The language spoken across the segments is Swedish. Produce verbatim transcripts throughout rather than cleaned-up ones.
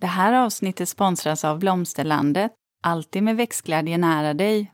Det här avsnittet sponsras av Blomsterlandet. Alltid med växtglädje nära dig.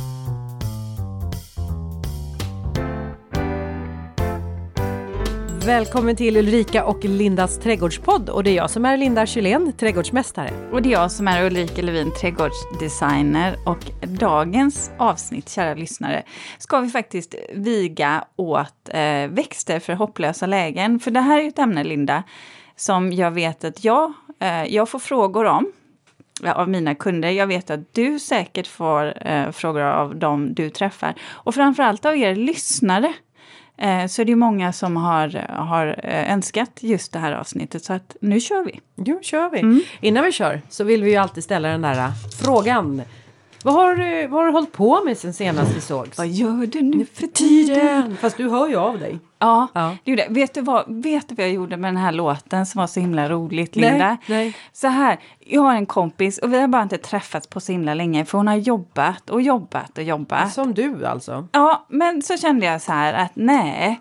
Välkommen till Ulrika och Lindas trädgårdspodd. Och det är jag som är Linda Kylén, trädgårdsmästare. Och det är jag som är Ulrika Levin, trädgårdsdesigner. Och dagens avsnitt, kära lyssnare, ska vi faktiskt viga åt eh, växter för hopplösa lägen. För det här är ju ett ämne, Linda, som jag vet att jag, eh, jag får frågor om. Av mina kunder. Jag vet att du säkert får eh, frågor av dem du träffar. Och framförallt av er lyssnare. Eh, så det är många som har, har önskat just det här avsnittet. Så att nu kör vi. Jo, kör vi. Mm. Innan vi kör så vill vi ju alltid ställa den där frågan. Vad har, du, vad har du hållit på med sen senast vi sågs? Vad gör du nu för tiden? Fast du hör ju av dig. Ja, Ja. det gjorde. Vet du vad, vet du vad jag gjorde med den här låten som var så himla roligt, Linda? Nej, nej. Så här, jag har en kompis och vi har bara inte träffats på så himla länge. För hon har jobbat och jobbat och jobbat. Som du alltså? Ja, men så kände jag så här att nej.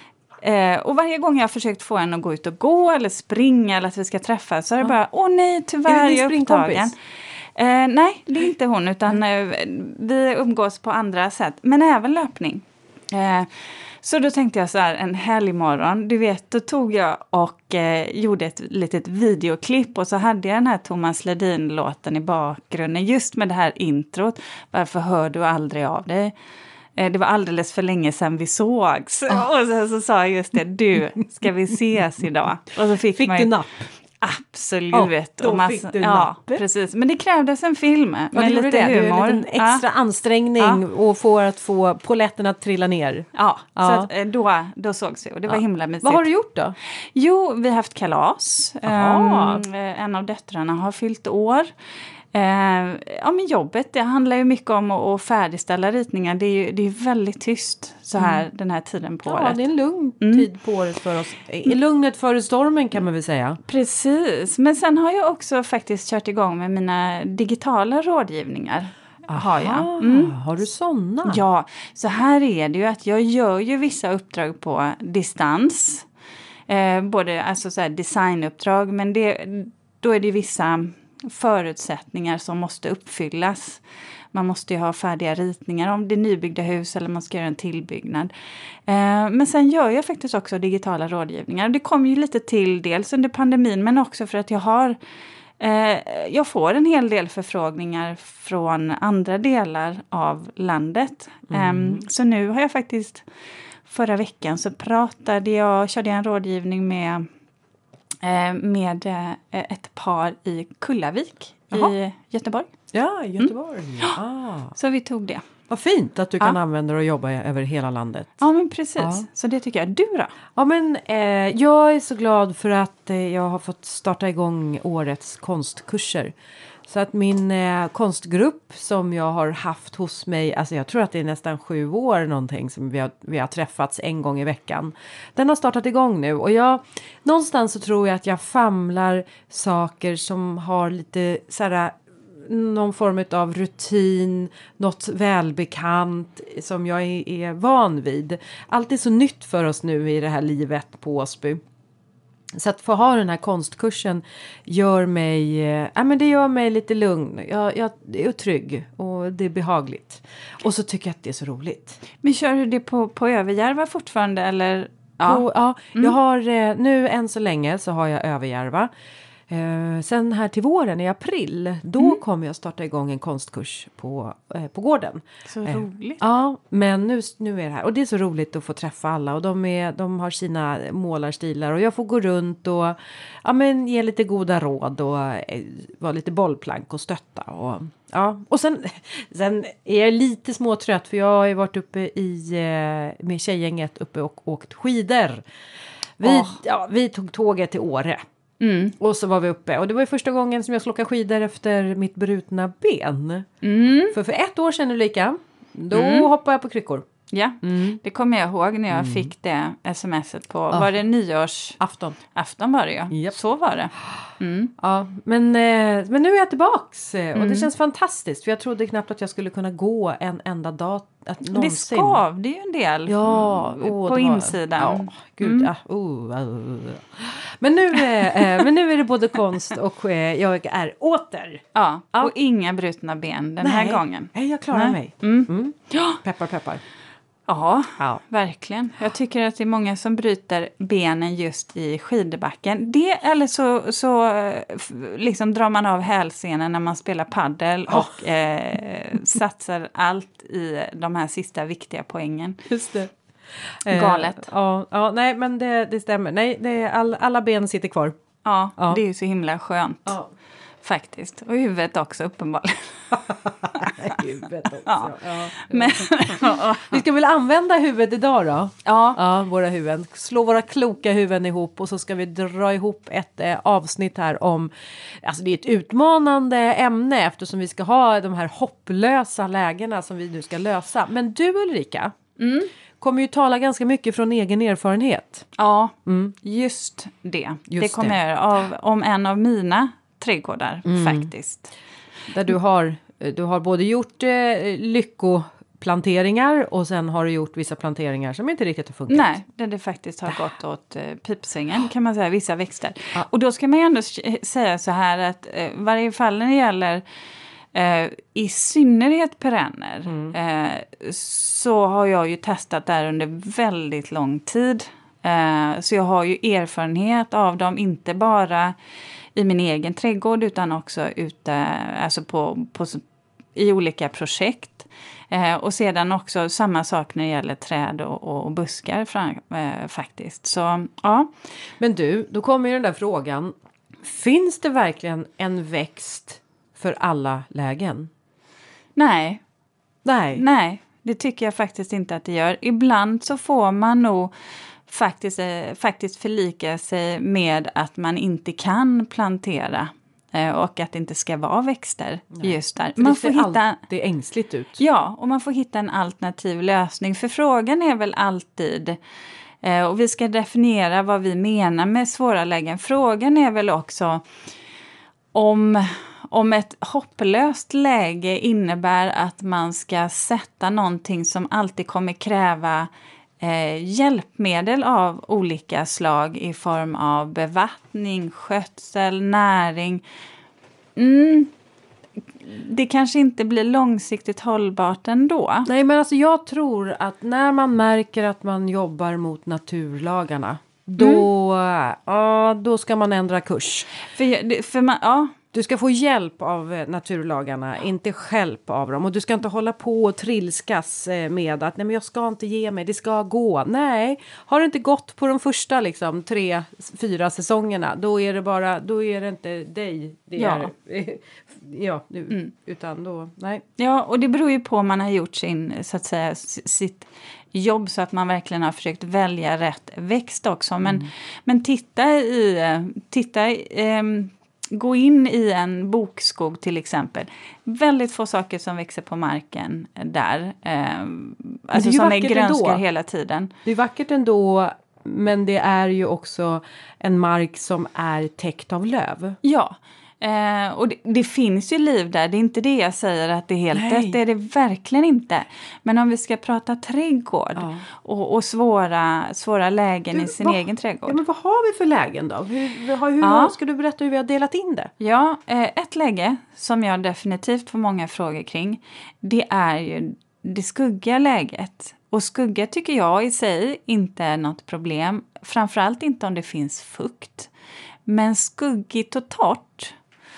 Eh, och varje gång jag har försökt få henne att gå ut och gå eller springa eller att vi ska träffas så är det bara, åh nej, tyvärr är jag upptagen. Eh, nej, det är inte hon, utan eh, vi umgås på andra sätt. Men även löpning. Eh, så då tänkte jag så här, en helgmorgon, du vet, då tog jag och eh, gjorde ett litet videoklipp. Och så hade jag den här Thomas Ledin-låten i bakgrunden, just med det här introt. Varför hör du aldrig av dig? Eh, det var alldeles för länge sedan vi sågs. Oh. Och sen så sa jag just det, du, ska vi ses idag? Och så fick, fick man du napp? Absolut. Ja, då och massa, fick du ja, napp. Precis. Men det krävdes en film Ja, med lite det. humor. En liten extra ja. ansträngning ja. och få att få polletten att trilla ner. Ja, ja. så att, eh, då, då sågs vi och det var ja. himla mysigt. Vad har du gjort då? Jo, vi har haft kalas. Um, en av döttrarna har fyllt år. Uh, ja, men jobbet, det handlar ju mycket om att, att färdigställa ritningar. Det är ju det är väldigt tyst så här mm. den här tiden på ja, året. Ja, det är en lugn mm. tid på året för oss. I lugnet före stormen kan man väl säga. Precis, men sen har jag också faktiskt kört igång med mina digitala rådgivningar. Aha, har jag. Mm. Har du sådana? Ja, så här är det ju att jag gör ju vissa uppdrag på distans. Eh, både alltså så här designuppdrag, men det, då är det vissa förutsättningar som måste uppfyllas. Man måste ju ha färdiga ritningar om det är nybyggda hus eller man ska göra en tillbyggnad. Eh, men sen gör jag faktiskt också digitala rådgivningar. Det kom ju lite till dels under pandemin, men också för att jag har eh, jag får en hel del förfrågningar från andra delar av landet. Mm. Eh, så nu har jag faktiskt förra veckan så pratade jag, körde jag en rådgivning med med ett par i Kullavik. Aha. I Göteborg. Ja, i Göteborg. Mm. Ah. Så vi tog det. Vad fint att du kan ja. använda det och jobba över hela landet. Ja, men precis. Ja. Så det tycker jag. Du då? Ja, men eh, jag är så glad för att eh, jag har fått starta igång årets konstkurser. Så att min eh, konstgrupp som jag har haft hos mig, alltså jag tror att det är nästan sju år någonting som vi har, vi har träffats en gång i veckan. Den har startat igång nu och jag, någonstans så tror jag att jag famlar saker som har lite såhär, någon form av rutin, något välbekant som jag är, är van vid. Allt är så nytt för oss nu i det här livet på Åsby. Så att få ha den här konstkursen gör mig, äh, men det gör mig lite lugn. Jag, jag är trygg och det är behagligt. Och så tycker jag att det är så roligt. Men kör du det på, på Överjärva fortfarande? Eller? Ja, på, ja mm. jag har nu än så länge så har jag Överjärva. Eh, sen här till våren i april då mm. kommer jag starta igång en konstkurs på, eh, på gården. Så eh, roligt. Ja, men nu, nu är det här. Och det är så roligt att få träffa alla. Och de, är, de har sina målarstilar. Och jag får gå runt och ja, men, ge lite goda råd. Och eh, vara lite bollplank och stötta. Och, ja. och sen, sen är jag lite småtrött. För jag har ju varit uppe i, eh, med tjejgänget uppe och åkt skidor. Vi, oh. ja, vi tog tåget till Åre. Mm. Och så var vi uppe. Och det var ju första gången som jag skulle åka skidor efter mitt brutna ben. Mm. För för ett år sedan Ulrika, då mm. hoppade jag på kryckor. Ja, mm. det kommer jag ihåg när jag mm. fick det smset på, oh. var det nyårs... Afton. Afton var det ja, yep. Så var det. Mm. Ja, men, men nu är jag tillbaks och mm. det känns fantastiskt. För jag trodde knappt att jag skulle kunna gå en enda dag att någonsin. Det skavde ju en del ja, oh, på insidan. Ja, gud. Mm. Ah, oh, oh. Men, nu, eh, men nu är det både konst och eh, jag är åter. Ja, ja, och inga brutna ben den Nej. här gången. Nej, jag klarar Nej. mig. Mm. Mm. Ja. Peppar, peppar. Ja, ja, verkligen. Jag tycker att det är många som bryter benen just i skidbacken. Det, eller så, så liksom drar man av hälsenen när man spelar paddel oh. och eh, satsar allt i de här sista viktiga poängen. Just det. Galet. Eh, ja, ja, nej, men det, det stämmer. Nej, det är all, alla ben sitter kvar. Ja, ja, det är ju så himla skönt. Ja. Faktiskt. Och huvudet också uppenbarligen. huvudet också. Ja. Ja. Men, vi ska väl använda huvudet idag då? Ja. Ja, våra huvuden. Slå våra kloka huvuden ihop och så ska vi dra ihop ett eh, avsnitt här om, alltså det är ett utmanande ämne eftersom vi ska ha de här hopplösa lägena som vi nu ska lösa. Men du Ulrika, mm. kommer ju tala ganska mycket från egen erfarenhet. Ja, mm. just det. Just det kommer jag göra av, om en av mina trädgårdar mm. faktiskt. Där du har, du har både gjort eh, lyckoplanteringar och sen har du gjort vissa planteringar som inte riktigt har funkat. Nej, där det faktiskt har gått åt eh, pipsängen kan man säga, vissa växter. Ja. Och då ska man ju ändå säga så här att eh, varje fall när det gäller eh, i synnerhet perenner mm. eh, så har jag ju testat där under väldigt lång tid. Eh, så jag har ju erfarenhet av dem, inte bara i min egen trädgård utan också ute alltså på, på, i olika projekt. Eh, och sedan också samma sak när det gäller träd och, och buskar fram, eh, faktiskt. Så, ja. Men du, då kommer ju den där frågan. Finns det verkligen en växt för alla lägen? Nej. Nej. Nej, det tycker jag faktiskt inte att det gör. Ibland så får man nog faktiskt, eh, faktiskt förlika sig med att man inte kan plantera eh, och att det inte ska vara växter. Nej. Just där. För man det får ser hitta alltid ängsligt ut. Ja, och man får hitta en alternativ lösning. För frågan är väl alltid, eh, och vi ska definiera vad vi menar med svåra lägen. Frågan är väl också om, om ett hopplöst läge innebär att man ska sätta någonting som alltid kommer kräva Eh, hjälpmedel av olika slag i form av bevattning, skötsel, näring. Mm, det kanske inte blir långsiktigt hållbart ändå. Nej, men alltså jag tror att när man märker att man jobbar mot naturlagarna, då, mm. ja, då ska man ändra kurs. För, för man, ja. Du ska få hjälp av naturlagarna, inte hjälp av dem. Och du ska inte hålla på och trilskas med att nej men jag ska inte ge mig, det ska gå. Nej, har det inte gått på de första liksom, tre, fyra säsongerna, då är det bara, då är det inte dig. Det ja. Är, ja, nu, mm. utan då, nej. Ja, och det beror ju på om man har gjort sin, så att säga, sitt jobb så att man verkligen har försökt välja rätt växt också. Men, mm. men titta i, titta i, um, gå in i en bokskog till exempel. Väldigt få saker som växer på marken där. Eh, alltså är som är grönskar ändå. Hela tiden. Det är vackert ändå, men det är ju också en mark som är täckt av löv. Ja, eh, och det, det finns ju liv där. Det är inte det jag säger att det är helt rätt. Det är det verkligen inte. Men om vi ska prata trädgård ja. och, och svåra, svåra lägen du, i sin vad, egen trädgård. Ja, men vad har vi för lägen då? Hur, hur, hur ja. ska du berätta hur vi har delat in det? Ja, eh, ett läge som jag definitivt får många frågor kring, det är ju det skuggiga läget. Och skugga tycker jag i sig inte är något problem. Framförallt inte om det finns fukt. Men skuggigt och torrt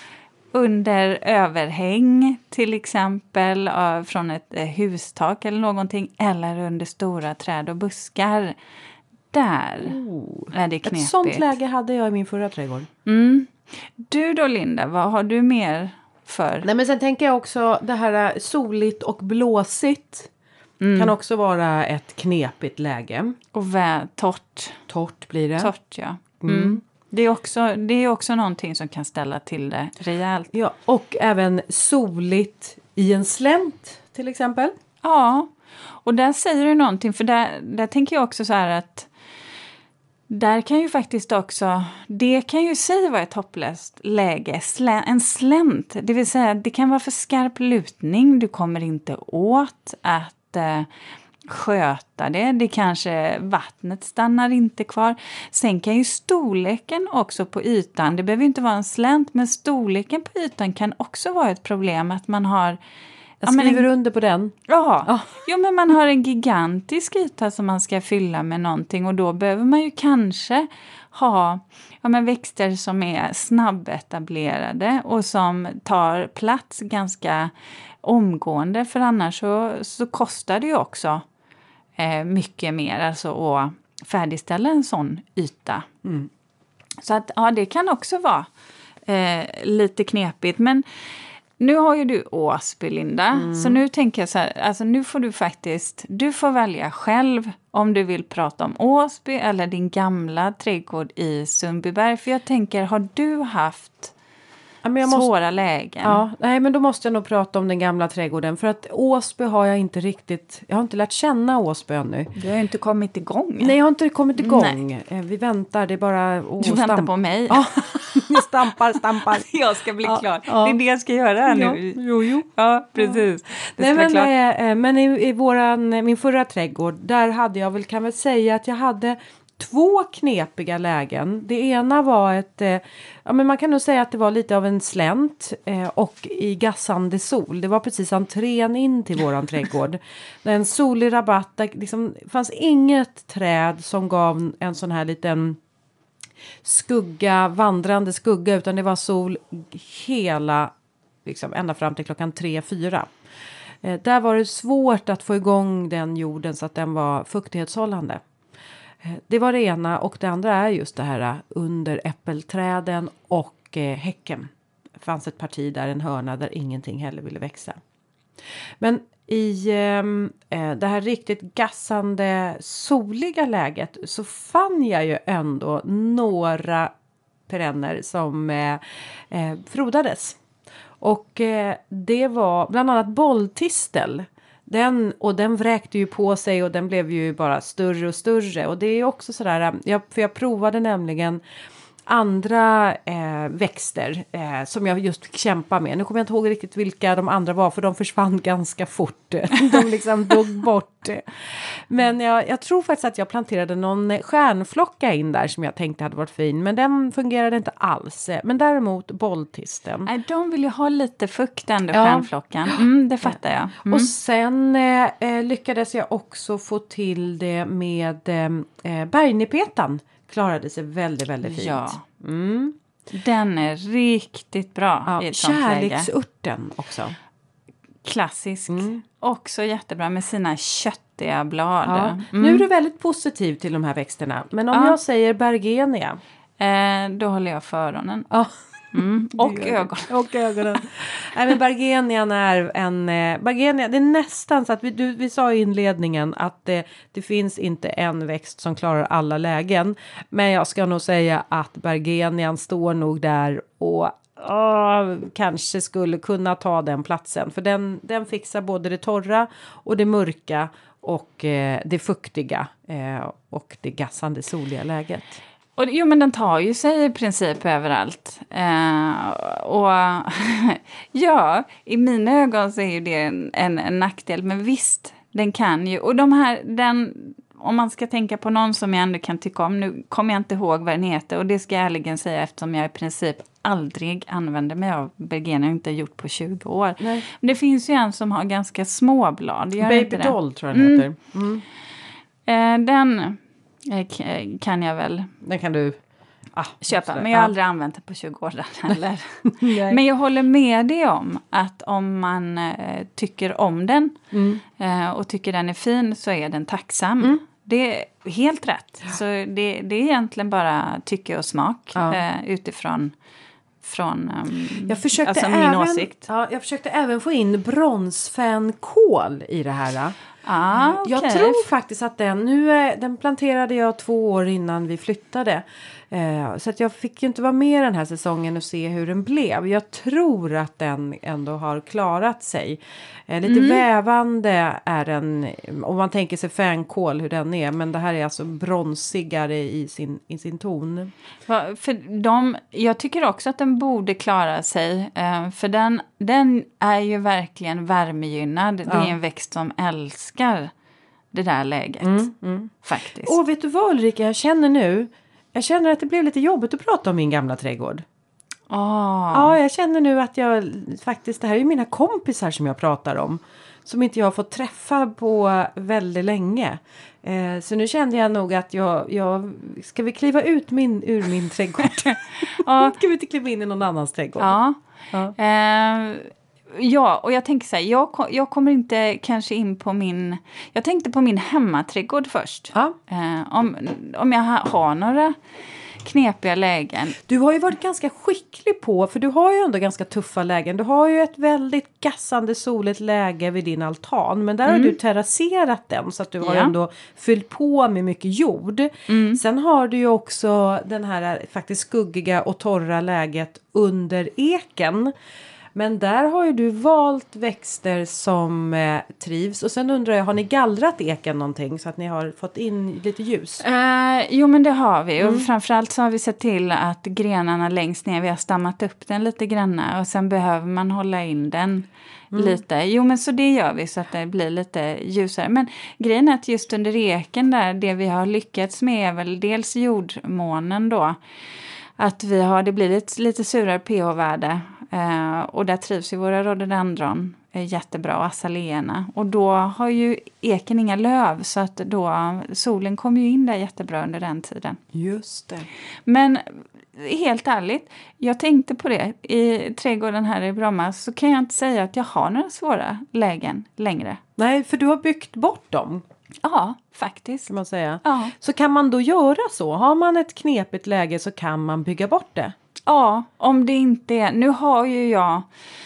under överhäng till exempel från ett hustak eller någonting. Eller under stora träd och buskar. Där oh, är det knepigt. Ett sånt läge hade jag i min förra trädgård. Mm. Du då Linda, vad har du mer för? Nej, men sen tänker jag också det här soligt och blåsigt. Mm. Kan också vara ett knepigt läge. Och vä- torrt. Torrt blir det. Torrt, ja. Mm. Mm. Det är också, det är också någonting som kan ställa till det rejält. Ja, och även soligt i en slänt till exempel. Ja, Och där säger du någonting, för där, där tänker jag också så här att där kan ju faktiskt också, det kan ju säga vara ett hopplöst läge, slä, en slänt. Det vill säga, det kan vara för skarp lutning, du kommer inte åt att eh, sköta det. Det kanske, vattnet stannar inte kvar. Sen kan ju storleken också på ytan, det behöver inte vara en slänt, men storleken på ytan kan också vara ett problem, att man har... Jag skriver ja, under på den. Ja, oh. Jo, men man har en gigantisk yta som man ska fylla med någonting, och då behöver man ju kanske ha ja, men växter som är snabbetablerade och som tar plats ganska omgående, för annars så, så kostar det ju också eh, mycket mer alltså att färdigställa en sån yta. Mm. Så att ja, det kan också vara eh, lite knepigt, men nu har ju du Åsby, Linda, mm. så nu tänker jag så här, alltså nu får du faktiskt, du får välja själv om du vill prata om Åsby eller din gamla trädgård i Sundbyberg, för jag tänker, har du haft ja, men jag svåra måste, lägen? Ja, nej, men då måste jag nog prata om den gamla trädgården, för att Åsby har jag inte riktigt, jag har inte lärt känna Åsby ännu. Du har ju inte kommit igång. Nej, jag har inte kommit igång. Nej. Vi väntar, det är bara... Åh, du väntar stamp- på mig. Ja, ni stampar, stampar. Jag ska bli ja, klar. Ja. Det är det jag ska göra här ja, nu. Jo, jo. Ja, precis. Det nej, men, nej, men i, i våran, min förra trädgård, där hade jag väl, kan väl säga att jag hade två knepiga lägen. Det ena var ett, eh, ja men man kan nog säga att det var lite av en slänt eh, och i gassande sol. Det var precis entrén in till våran trädgård. Det är en solig rabatt, där liksom fanns inget träd som gav en sån här liten skugga, vandrande skugga, utan det var sol hela, liksom ända fram till klockan tre, fyra. Eh, där var det svårt att få igång den jorden så att den var fuktighetshållande. Det var det ena, och det andra är just det här under äppelträden och eh, häcken. Det fanns ett parti där, en hörna där ingenting heller ville växa. Men i eh, det här riktigt gassande soliga läget så fann jag ju ändå några perenner som eh, eh, frodades. Och eh, det var bland annat bolltistel. Den, och den vräkte ju på sig och den blev ju bara större och större. Och det är också sådär, jag, för jag provade nämligen andra eh, växter eh, som jag just fick kämpa med. Nu kommer jag inte ihåg riktigt vilka de andra var, för de försvann ganska fort. De liksom dog bort. Men jag, jag tror faktiskt att jag planterade någon stjärnflocka in där som jag tänkte hade varit fin. Men den fungerade inte alls. Men däremot bolltisten. Nej, de vill ju ha lite fukt ändå, ja. Stjärnflockan. Mm, det fattar jag. Mm. Och sen eh, lyckades jag också få till det med eh, bergnepetan. Klarade sig väldigt, väldigt fint. Ja. Mm. Den är riktigt bra ja, i ett sånt läge. Kärleksurten också. Klassisk. Mm. Också jättebra med sina köttiga blad. Ja. Mm. Nu är du väldigt positiv till de här växterna. Men om ja. jag säger bergenia. Eh, då håller jag för öronen. Ja. Mm. Och ögonen. Och ögonen. Nej, men bergenian är en... Eh, bergenia, det är nästan så att vi, du, vi sa i inledningen att det, det finns inte en växt som klarar alla lägen. Men jag ska nog säga att bergenian står nog där och åh, kanske skulle kunna ta den platsen. För den, den fixar både det torra och det mörka och eh, det fuktiga eh, och det gassande soliga läget. Och, jo, men den tar ju sig i princip överallt. Eh, och ja, i mina ögon så är ju det en, en, en nackdel. Men visst, den kan ju. Och de här, den, om man ska tänka på någon som jag ändå kan tycka om. Nu kommer jag inte ihåg vad den heter. Och det ska jag ärligen säga eftersom jag i princip aldrig använder mig av bergenia. Jag har inte gjort på tjugo år. Nej. Men det finns ju en som har ganska små blad. Baby Doll tror jag den heter. Mm. Mm. Eh, den... kan jag väl den kan du ah, köpa. Men jag har ja. aldrig använt det på tjugo år heller. Men jag håller med dig om att om man eh, tycker om den mm. eh, och tycker den är fin så är den tacksam. Mm. Det är helt rätt. Ja. Så det, det är egentligen bara tycke och smak ja. eh, utifrån från um, jag försökte alltså även, min åsikt. Ja, jag försökte även få in bronsfänkål i det här. Ah, okay. Jag tror faktiskt att den, nu är, den planterade jag två år innan vi flyttade. Eh, så att jag fick ju inte vara med den här säsongen och se hur den blev. Jag tror att den ändå har klarat sig. Eh, lite mm. vävande är den, om man tänker sig fänkål hur den är. Men det här är alltså bronsigare i sin, i sin ton. Va, för de, jag tycker också att den borde klara sig. Eh, för den, den är ju verkligen värmegynnad. Ja. Det är en växt som älskar det där läget. Mm, mm. Faktiskt. Och vet du vad Ulrika, jag känner nu. Jag känner att det blev lite jobbigt att prata om min gamla trädgård. Oh. Ja, jag känner nu att jag faktiskt, det här är ju mina kompisar som jag pratar om. Som inte jag har fått träffa på väldigt länge. Eh, så nu kände jag nog att jag, jag ska vi kliva ut min, ur min trädgård? Ja. Ska vi inte kliva in i någon annans trädgård? Ja. Ja. Eh. Ja, och jag tänker så här, jag, jag kommer inte kanske in på min, jag tänkte på min hemmaträdgård först. Ja. Eh, om, om jag ha, har några knepiga lägen. Du har ju varit ganska skicklig på, för du har ju ändå ganska tuffa lägen. Du har ju ett väldigt gassande soligt läge vid din altan, men där mm. har du terrasserat den så att du har ja. ändå fyllt på med mycket jord. Mm. Sen har du ju också den här faktiskt skuggiga och torra läget under eken. Men där har ju du valt växter som eh, trivs. Och sen undrar jag, har ni gallrat eken någonting så att ni har fått in lite ljus? Uh, jo, men det har vi. Mm. Och framförallt så har vi sett till att grenarna längst ner, vi har stammat upp den lite granna. Och sen behöver man hålla in den mm. lite. Jo, men så det gör vi så att det blir lite ljusare. Men grejen är att just under eken där, det vi har lyckats med är väl dels jordmånen då. Att vi har, det blir lite, lite surare pH-värde. Uh, och där trivs ju våra rhododendron uh, jättebra, och azaleerna. Och då har ju eken inga löv, så att då solen kommer ju in där jättebra under den tiden. Just det. Men helt ärligt, jag tänkte på det i trädgården här i Bromma, så kan jag inte säga att jag har några svåra lägen längre. Nej, för du har byggt bort dem. Ja, faktiskt. Kan man säga. Ja. Så kan man då göra så? Har man ett knepigt läge så kan man bygga bort det? Ja, om det inte är... Nu har ju jag...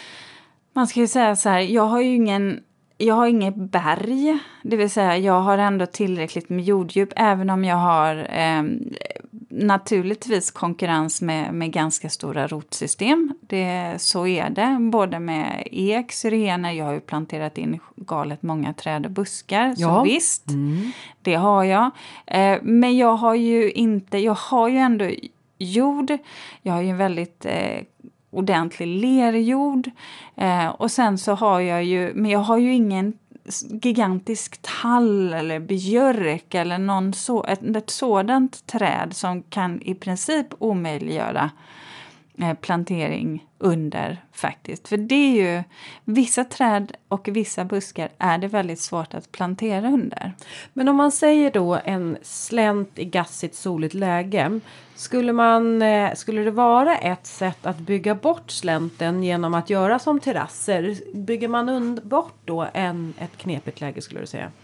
Man ska ju säga så här, jag har ju ingen... Jag har inget berg. Det vill säga, jag har ändå tillräckligt med jorddjup. Även om jag har eh, naturligtvis konkurrens med, med ganska stora rotsystem. Det, så är det. Både med ek, syrener. Jag har ju planterat in galet många träd och buskar. Ja. Så visst, mm. det har jag. Eh, men jag har ju inte... Jag har ju ändå... jord. Jag har ju en väldigt eh, ordentlig lerjord. Eh, och sen så har jag ju, men jag har ju ingen gigantisk tall eller björk eller någon så, ett, ett sådant träd som kan i princip omöjliggöra eh, plantering under faktiskt. För det är ju, vissa träd och vissa buskar är det väldigt svårt att plantera under. Men om man säger då en slänt i gassigt soligt läge, skulle man, eh, skulle det vara ett sätt att bygga bort slänten genom att göra som terrasser? Bygger man und- bort då en, ett knepigt läge, skulle du säga?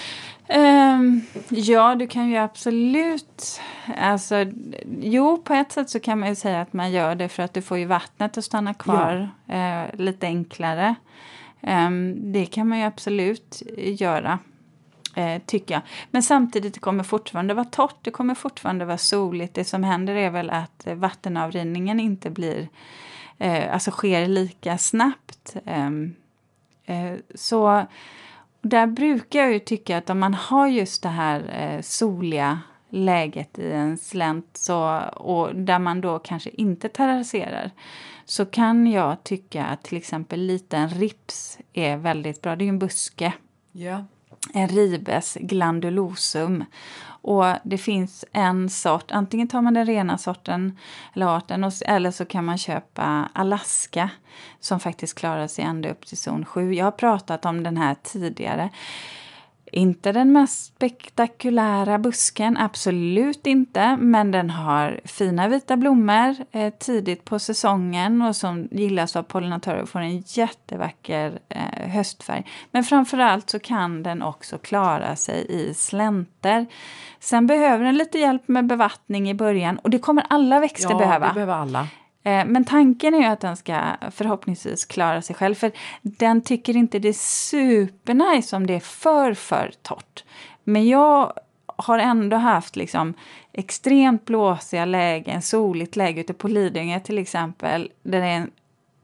Um, ja, du kan ju absolut, alltså, jo, på ett sätt så kan man ju säga att man gör det för att du får ju vattnet att stanna kvar ja. uh, lite enklare. Um, det kan man ju absolut göra, uh, tycker jag. Men samtidigt det kommer fortfarande vara torrt, det kommer fortfarande vara soligt. Det som händer är väl att vattenavrinningen inte blir, uh, alltså sker lika snabbt. Um, uh, så... Där brukar jag ju tycka att om man har just det här eh, soliga läget i en slänt så, och där man då kanske inte terrasserar, så kan jag tycka att till exempel liten rips är väldigt bra. Det är ju en buske. Ja. En ribes glandulosum. Och det finns en sort, antingen tar man den rena sorten eller arten, och, eller så kan man köpa Alaska som faktiskt klarar sig ända upp till zon sju. Jag har pratat om den här tidigare. Inte den mest spektakulära busken, absolut inte. Men den har fina vita blommor eh, tidigt på säsongen och som gillas av pollinatörer och får en jättevacker eh, höstfärg. Men framförallt så kan den också klara sig i slänter. Sen behöver den lite hjälp med bevattning i början, och det kommer alla växter ja, behöva. Ja, det behöver alla. Men tanken är ju att den ska förhoppningsvis klara sig själv. För den tycker inte det är supernice om det är för, för torrt. Men jag har ändå haft liksom extremt blåsiga lägen, soligt läge ute på Lidingö till exempel, där det är en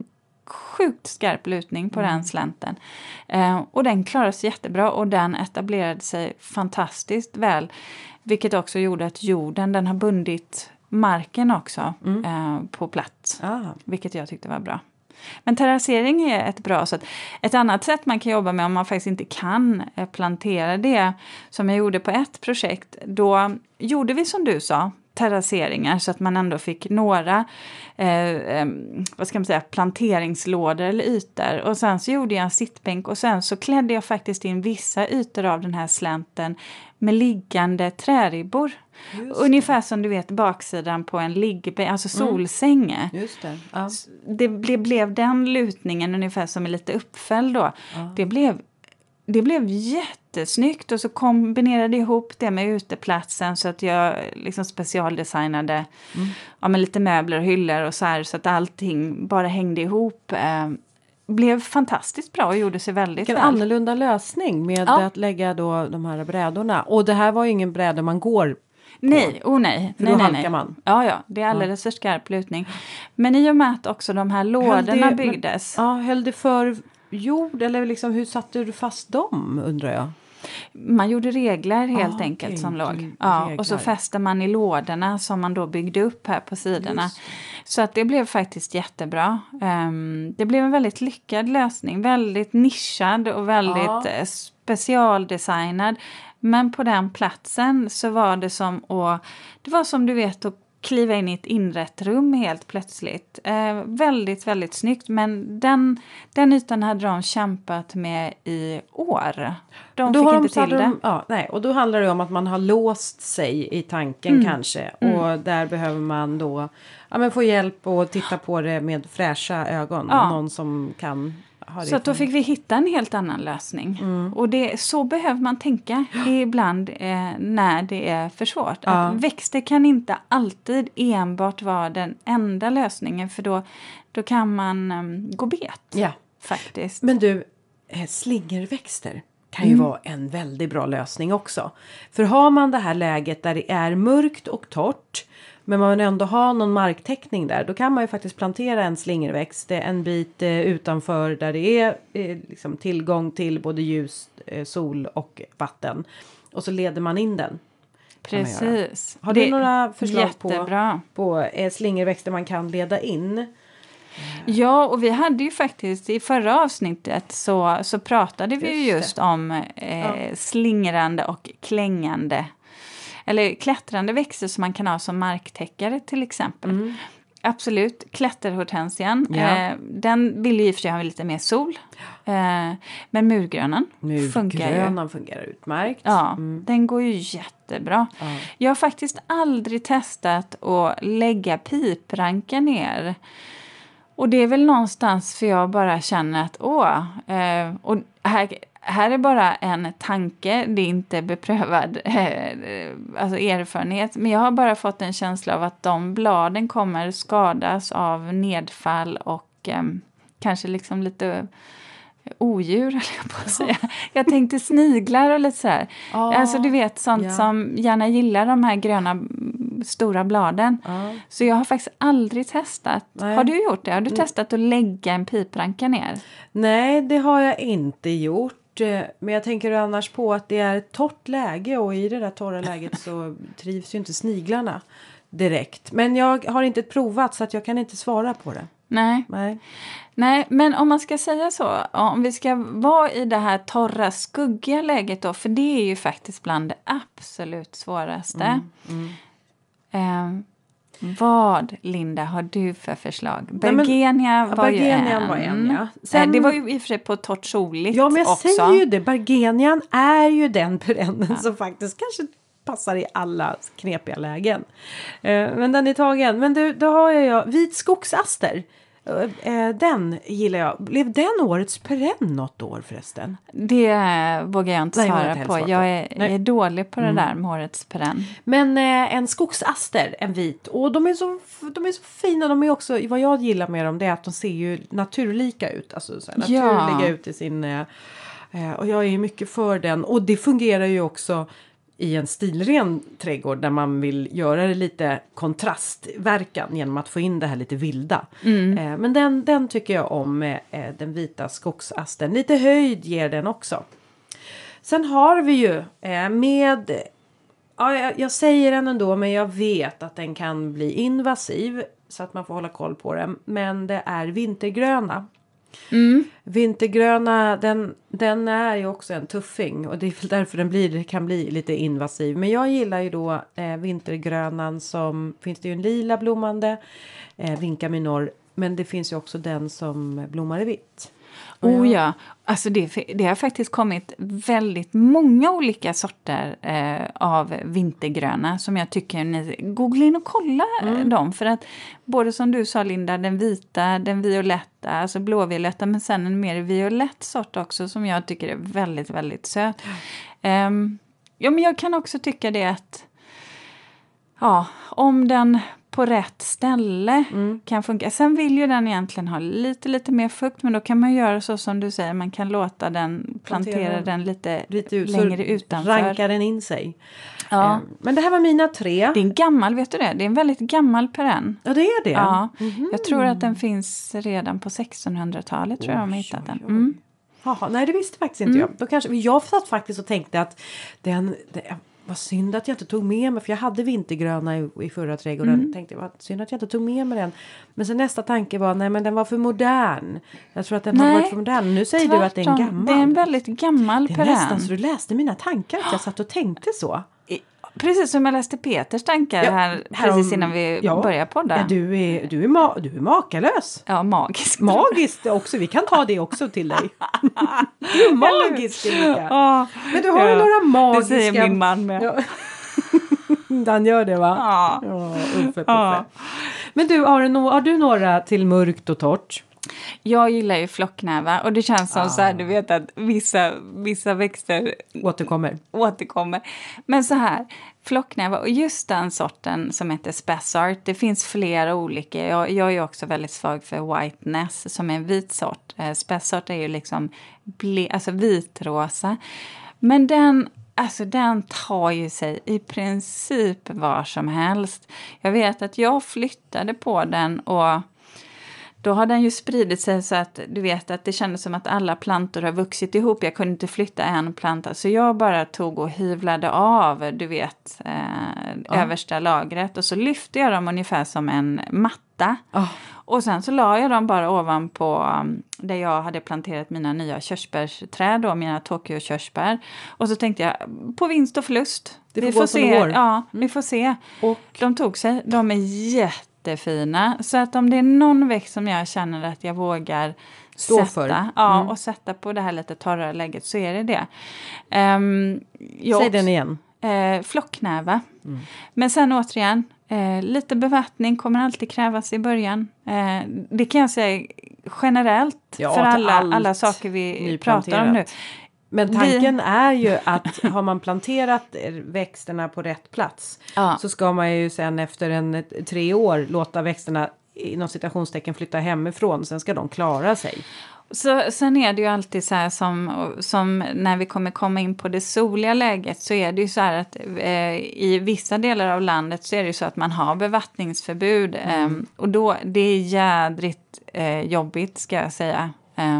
sjukt skarp lutning på mm. den slänten. Eh, och den klarade sig jättebra och den etablerade sig fantastiskt väl. Vilket också gjorde att jorden, den har bundit marken också mm. eh, på plats. Ah. Vilket jag tyckte var bra. Men terrassering är ett bra sätt. Ett annat sätt man kan jobba med om man faktiskt inte kan eh, plantera det, som jag gjorde på ett projekt. Då gjorde vi som du sa, terrasseringar så att man ändå fick några eh, eh, vad ska man säga, planteringslådor eller ytor. Och sen så gjorde jag en sittbänk och sen så klädde jag faktiskt in vissa ytor av den här slänten med liggande träribbor. Ungefär som du vet baksidan på en liggbänk, alltså solsäng. Mm. Just det. Ja. Det ble, blev den lutningen ungefär som är lite uppfälld då. Ja. Det blev Det blev jättesnyggt och så kombinerade jag ihop det med uteplatsen så att jag liksom specialdesignade mm. ja, med lite möbler och hyllor och så här så att allting bara hängde ihop. Eh, blev fantastiskt bra och gjorde sig väldigt väl. En annorlunda lösning med ja. att lägga då de här brädorna. Och det här var ju ingen bräda man går på. Nej, oh nej. För nej, då nej, halkar nej. man. Ja, ja. Det är alldeles för skarp lutning. Men i och med att också de här lådorna det, byggdes. Men, ja, höll det för jord eller liksom hur satte du fast dem undrar jag? Man gjorde regler helt ah, enkelt okay. som låg. Ja, och så fäste man i lådorna som man då byggde upp här på sidorna. Just. Så att det blev faktiskt jättebra. Um, det blev en väldigt lyckad lösning. Väldigt nischad och väldigt ah. specialdesignad. Men på den platsen så var det som att, det var som du vet att kliva in i ett inrätt rum helt plötsligt. Eh, väldigt, väldigt snyggt. Men den, den ytan hade de kämpat med i år. De då fick har inte de, till det. De, ja, nej, och då handlar det om att man har låst sig i tanken mm. kanske. Och mm. där behöver man då ja, men få hjälp och titta på det med fräscha ögon. Ja. Någon som kan... Så att då fick vi hitta en helt annan lösning. Mm. Och det, så behöver man tänka ibland eh, när det är för svårt. Ja. Att växter kan inte alltid enbart vara den enda lösningen. För då, då kan man um, gå bet. Ja. Faktiskt. Men du, eh, slingerväxter kan ju mm. vara en väldigt bra lösning också. För har man det här läget där det är mörkt och torrt. Men man ändå har någon marktäckning där. Då kan man ju faktiskt plantera en slingerväxt. En bit eh, utanför där det är eh, liksom tillgång till både ljus, eh, sol och vatten. Och så leder man in den. Precis. Har det du några förslag jättebra. på, på eh, slingerväxter man kan leda in? Ja, och vi hade ju faktiskt i förra avsnittet så, så pratade vi just, just om eh, ja. slingrande och klängande. Eller klättrande växter som man kan ha som marktäckare till exempel. Mm. Absolut, klätterhortensian. Ja. Eh, den vill ju i och för sig ha lite mer sol. Eh, men murgrönan, murgrönan funkar ju. Murgrönan fungerar utmärkt. Ja, mm. den går ju jättebra. Ja. Jag har faktiskt aldrig testat att lägga pipranka ner. Och det är väl någonstans för jag bara känner att åh, eh, och här... Här är bara en tanke, det är inte beprövad eh, alltså erfarenhet. Men jag har bara fått en känsla av att de bladen kommer skadas av nedfall och eh, kanske liksom lite odjur, eller jag på att säga. Jag tänkte sniglar och lite så här. Oh, alltså du vet, sånt yeah. som gärna gillar de här gröna stora bladen. Oh. Så jag har faktiskt aldrig testat. Nej. Har du gjort det? Har du mm. testat att lägga en pipranka ner? Nej, det har jag inte gjort. Men jag tänker annars på att det är ett torrt läge och i det där torra läget så trivs ju inte sniglarna direkt. Men jag har inte provat så att jag kan inte svara på det. Nej. Nej. Nej, men om man ska säga så, om vi ska vara i det här torra, skuggiga läget då, för det är ju faktiskt bland det absolut svåraste. Mm, mm. Eh, vad, Linda, har du för förslag? Bergenia var ju en. Var en ja. Sen, det var ju i och för sig på torrt soligt. Ja, men jag också. säger ju det. Bergenian är ju den perennen ja. som faktiskt kanske passar i alla knepiga lägen. Eh, men den är tagen. Men du, då har jag ju vit skogsaster. Eh, den gillar jag. Blev den årets perenn något år förresten? Det vågar jag inte svara Nej, på. Jag är, jag är dålig på det mm. där med årets perenn. Men eh, en skogsaster, en vit. Och de är, så, de är så fina. De är också, vad jag gillar med dem det är att de ser ju naturlika ut. Alltså så här, naturliga ja. ut i sin... Eh, och jag är ju mycket för den. Och det fungerar ju också i en stilren trädgård där man vill göra det lite kontrastverkan genom att få in det här lite vilda. Mm. Eh, men den, den tycker jag om med eh, den vita skogsasten. Lite höjd ger den också. Sen har vi ju eh, med, ja, jag, jag säger den ändå men jag vet att den kan bli invasiv så att man får hålla koll på den. Men det är vintergröna. Mm. Vintergröna, den, den är ju också en tuffing och det är därför den blir, kan bli lite invasiv. Men jag gillar ju då eh, vintergrönan som, finns det ju en lila blommande, eh, Vinca minor, men det finns ju också den som blommar i vitt. Oh ja, alltså det, det har faktiskt kommit väldigt många olika sorter eh, av vintergröna som jag tycker ni googla in och kolla mm. dem. För att både som du sa Linda, den vita, den violetta, alltså blåvioletta men sen en mer violett sort också som jag tycker är väldigt, väldigt söt. Mm. Um, ja men jag kan också tycka det att ja, om den på rätt ställe mm. kan funka. Sen vill ju den egentligen ha lite, lite mer fukt. Men då kan man göra så som du säger. Man kan låta den, plantera, plantera den lite, lite ut, längre utanför. Rankar den in sig. Ja. Eh, men det här var mina tre. Det är en gammal, vet du det? Det är en väldigt gammal perenn. Ja, det är det. Ja. Mm-hmm. Jag tror att den finns redan på sextonhundratalet. Tror jag de har hittat den. Mm. Jaha, nej det visste faktiskt inte mm. jag. Då kanske, jag satt faktiskt och tänkte att den... Det, vad synd att jag inte tog med mig. För jag hade vintergröna i, i förra trädgården. Mm. Tänkte vad synd att jag inte tog med mig den. Men sen nästa tanke var. Nej men den var för modern. Jag tror att den nej, har varit för modern. Nu säger tvärtom. Du att det är en gammal. Det är en väldigt gammal perenn. perenn. Det är nästan så du läste mina tankar. Att jag satt och tänkte så. Precis som jag läste Peters tankar ja, här, här precis innan vi ja, började podda. Ja, du är, du, är ma- du är makalös. Ja, magisk. Magiskt också. Vi kan ta det också till dig. Du är magisk, Erika. Ja, men du har ja, ju några magiska... Det säger min man med. Ja. Han gör det va? Ja. Ja, Uffe, Puffe. Ja. Men du har, du no- har du några till mörkt och torrt? Jag gillar ju flocknäva och det känns som ah. så här, du vet att vissa, vissa växter återkommer. återkommer. Men så här, flocknäva och just den sorten som heter Spessart, det finns flera olika. Jag, jag är ju också väldigt svag för Whiteness som är en vit sort. Eh, Spessart är ju liksom ble, alltså vitrosa. Men den... Alltså den tar ju sig i princip var som helst. Jag vet att jag flyttade på den och då har den ju spridit sig så att du vet att det kändes som att alla plantor har vuxit ihop. Jag kunde inte flytta en planta så jag bara tog och hyvlade av du vet eh, ja. översta lagret och så lyfte jag dem ungefär som en matta. Oh. Och sen så la jag dem bara ovanpå um, där jag hade planterat mina nya körsbärsträd och mina Tokyo-körsbär. Och så tänkte jag, på vinst och förlust. Det får vi gå får som se. det går. Ja, vi får se. Och de tog sig. De är jättefina. Så att om det är någon växt som jag känner att jag vågar stå sätta, för. Ja, Mm. och sätta på det här lite torra lägget så är det det. Um, Säg den igen. Eh, flocknäva. Mm. Men sen återigen, eh, lite bevattning kommer alltid krävas i början. Eh, det kan jag säga generellt ja, för alla, alla saker vi pratar om nu. Men tanken vi... är ju att har man planterat växterna på rätt plats ja. så ska man ju sen efter en tre år låta växterna inom citationstecken flytta hemifrån. Sen ska de klara sig. Så, sen är det ju alltid så här som, som när vi kommer komma in på det soliga läget så är det ju så här att eh, i vissa delar av landet så är det ju så att man har bevattningsförbud mm. eh, och då det är jädrigt eh, jobbigt ska jag säga. Eh,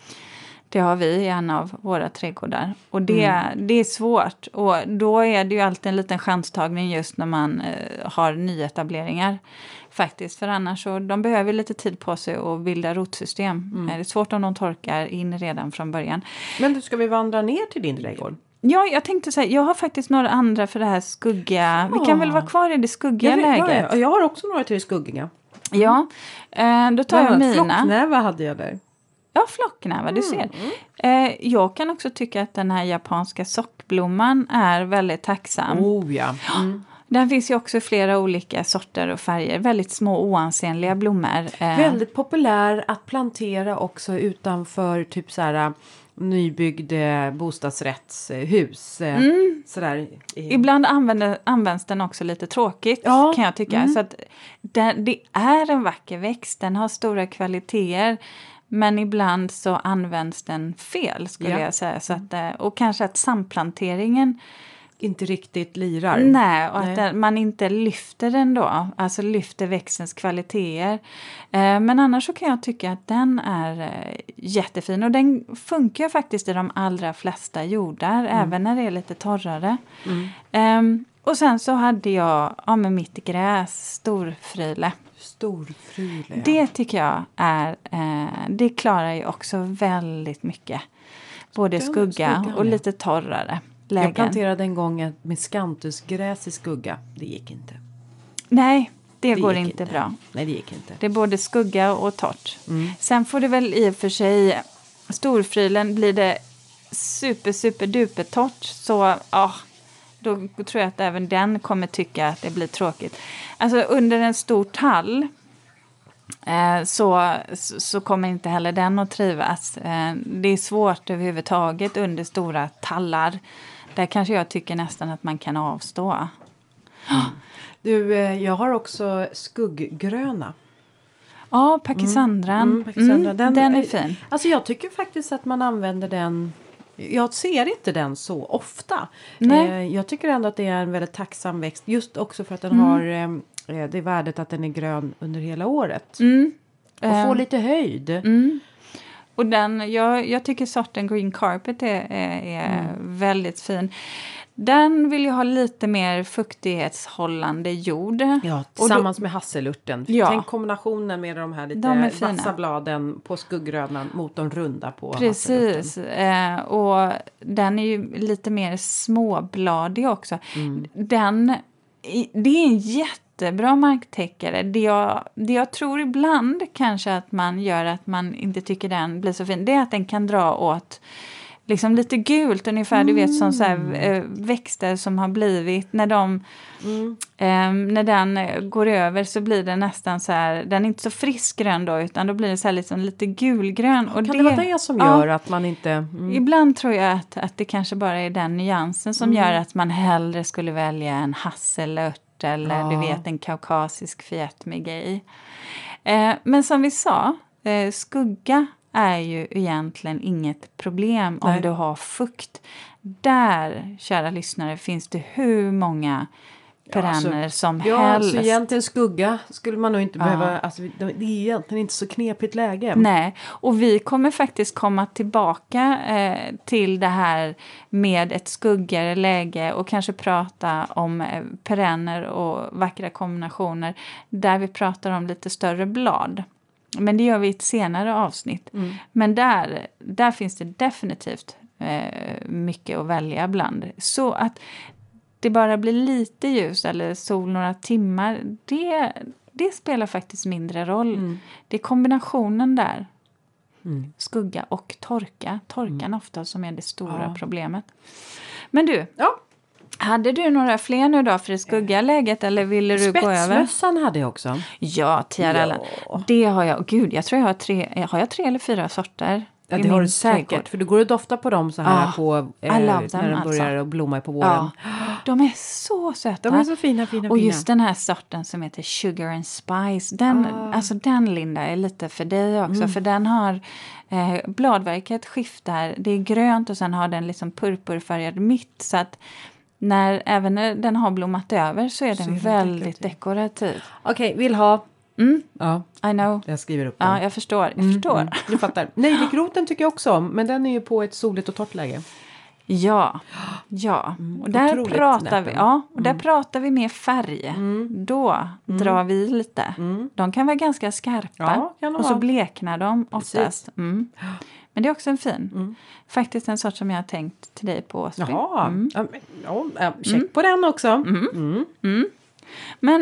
det har vi i en av våra trädgårdar och det, mm. det är svårt och då är det ju alltid en liten chanstagning just när man eh, har nyetableringar. Faktiskt, för annars så de behöver lite tid på sig att bilda rotsystem. Mm. Det är svårt om de torkar in redan från början. Men du, ska vi vandra ner till din trädgård? Ja, jag tänkte säga, jag har faktiskt några andra för det här skuggiga. Ja. Vi kan väl vara kvar i det skuggiga jag, läget. Ja, jag har också några till det skuggiga. Mm. Ja, eh, då tar Men, jag mina. Flocknäva hade jag där. Ja, flocknäva, du ser. Mm. Eh, jag kan också tycka att den här japanska sockblomman är väldigt tacksam. Oh ja. Mm. Den finns ju också i flera olika sorter och färger. Väldigt små oansenliga blommor. Eh. Väldigt populär att plantera också utanför typ så här nybyggd bostadsrättshus. Mm. Sådär. Ibland använder, används den också lite tråkigt ja. kan jag tycka. Mm. Så att det, det är en vacker växt. Den har stora kvaliteter. Men ibland så används den fel skulle ja. jag säga. Så att, och kanske att samplanteringen inte riktigt lirar. Nej, och Nej. att den, man inte lyfter den då. Alltså lyfter växtens kvaliteter. Eh, men annars så kan jag tycka att den är eh, jättefin. Och den funkar faktiskt i de allra flesta jordar. Mm. Även när det är lite torrare. Mm. Eh, och sen så hade jag ja, med mitt gräs, storfryle. Storfryle, ja. Det tycker jag är, eh, det klarar ju också väldigt mycket. Både skugga, skugga och lite torrare lägen. Jag planterade en gång med skantusgräs i skugga. Det gick inte. Nej, det, det går inte, inte bra. Nej, det gick inte. Det är både skugga och torrt. Mm. Sen får det väl i och för sig, storfrylen blir det super, super duper torrt. Så ja, då tror jag att även den kommer tycka att det blir tråkigt. Alltså under en stor tall eh, så, så kommer inte heller den att trivas. Eh, det är svårt överhuvudtaget under stora tallar. Där kanske jag tycker nästan att man kan avstå. Mm. Du, eh, jag har också skugggröna. Ja, Pakisandran. Mm, mm, Pakisandran. Den, den är fin. Alltså jag tycker faktiskt att man använder den. Jag ser inte den så ofta. Nej. Eh, jag tycker ändå att det är en väldigt tacksam växt. Just också för att den mm. har eh, det värdet att den är grön under hela året. Mm. Och uh. får lite höjd. Mm. Och den, jag, jag tycker sorten Green Carpet är, är, är mm. väldigt fin. Den vill ju ha lite mer fuktighetshållande jord. Ja, tillsammans då, med hasselurten. Ja. Tänk kombinationen med de här lite de vassa bladen på skuggrönan mot de runda på Precis. Eh, och den är ju lite mer småbladig också. Mm. Den, det är en jättebra marktäckare. Det jag, det jag tror ibland kanske att man gör att man inte tycker den blir så fin. Det är att den kan dra åt liksom lite gult ungefär, mm. du vet som så här, äh, växter som har blivit när de mm. äh, när den går över så blir den nästan så här, den är inte så friskgrön då utan då blir det så här liksom lite gulgrön. Och kan det, det vara det som gör ja, att man inte... Mm. Ibland tror jag att, att det kanske bara är den nyansen som mm. gör att man hellre skulle välja en hasselört eller ja. du vet en kaukasisk fiat-migej. Äh, men som vi sa, äh, skugga är ju egentligen inget problem om Nej. du har fukt. Där, kära lyssnare, finns det hur många perenner ja, alltså, som ja, helst. Ja, så egentligen skugga skulle man nog inte ja. behöva... Alltså, det är egentligen inte så knepigt läge. Nej, och vi kommer faktiskt komma tillbaka eh, till det här med ett skuggigare läge och kanske prata om eh, perenner och vackra kombinationer där vi pratar om lite större blad. Men det gör vi i ett senare avsnitt. Mm. Men där, där finns det definitivt eh, mycket att välja bland. Så att det bara blir lite ljus eller sol några timmar, det, det spelar faktiskt mindre roll. Mm. Det är kombinationen där. Mm. Skugga och torka. Torkan mm. ofta som är det stora ja. problemet. Men du... Ja. Hade du några fler nu då för det skuggiga läget eller ville du gå över? Spetsmössan hade jag också. Ja, tiarella. Ja. Det har jag. Gud, jag tror jag har tre, har jag tre eller fyra sorter. Ja, det har du säkert. Trädgård. För du går och doftar på dem så här ah, på eh, när de börjar alltså. blomma på våren. Ja. De är så söta. De är så fina, fina, Och fina. just den här sorten som heter Sugar and Spice. Den, ah. alltså den, Linda, är lite för dig också. Mm. För den har eh, bladverket skiftar. Det är grönt och sen har den liksom purpurfärgad mitt. Så att när, även när den har blommat över så är den så väldigt dekorativ. Okej, okay, vill ha. Mm. Ja, I know. Jag skriver upp den. Ja, jag förstår. Jag mm, förstår. Mm, du fattar. Nejlikroten tycker jag också om. Men den är ju på ett soligt och torrt läge. Ja, ja. Mm, och där pratar vi, ja, och där mm. pratar vi med färg. Mm. Då mm. drar vi lite. Mm. De kan vara ganska skarpa. Ja, kan de och så vara. bleknar de oftast. Mm. Men det är också en fin. Mm. Faktiskt en sort som jag har tänkt till dig på. Åsby. Jaha, mm. ja, ja, check mm. på den också. Mm. Mm. Mm. Men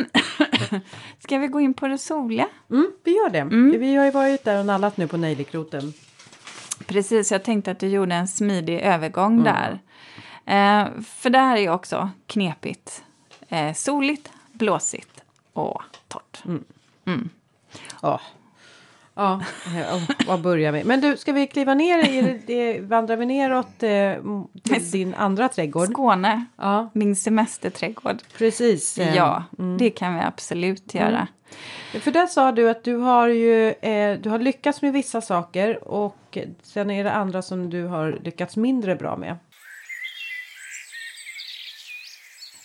ska vi gå in på det soliga? Mm, vi gör det. Mm. Vi har ju varit där och nallat nu på nejlikroten. Precis, jag tänkte att du gjorde en smidig övergång mm. där. Eh, för det här är ju också knepigt. Eh, soligt, blåsigt och torrt. Mm. Mm. Oh. Ja, vad börjar vi? Men du, ska vi kliva ner i det, vandrar vi neråt eh, till din andra trädgård? Skåne, ja. Min semesterträdgård. Precis. Ja, mm. det kan vi absolut göra. Mm. För där sa du att du har ju eh, du har lyckats med vissa saker och sen är det andra som du har lyckats mindre bra med.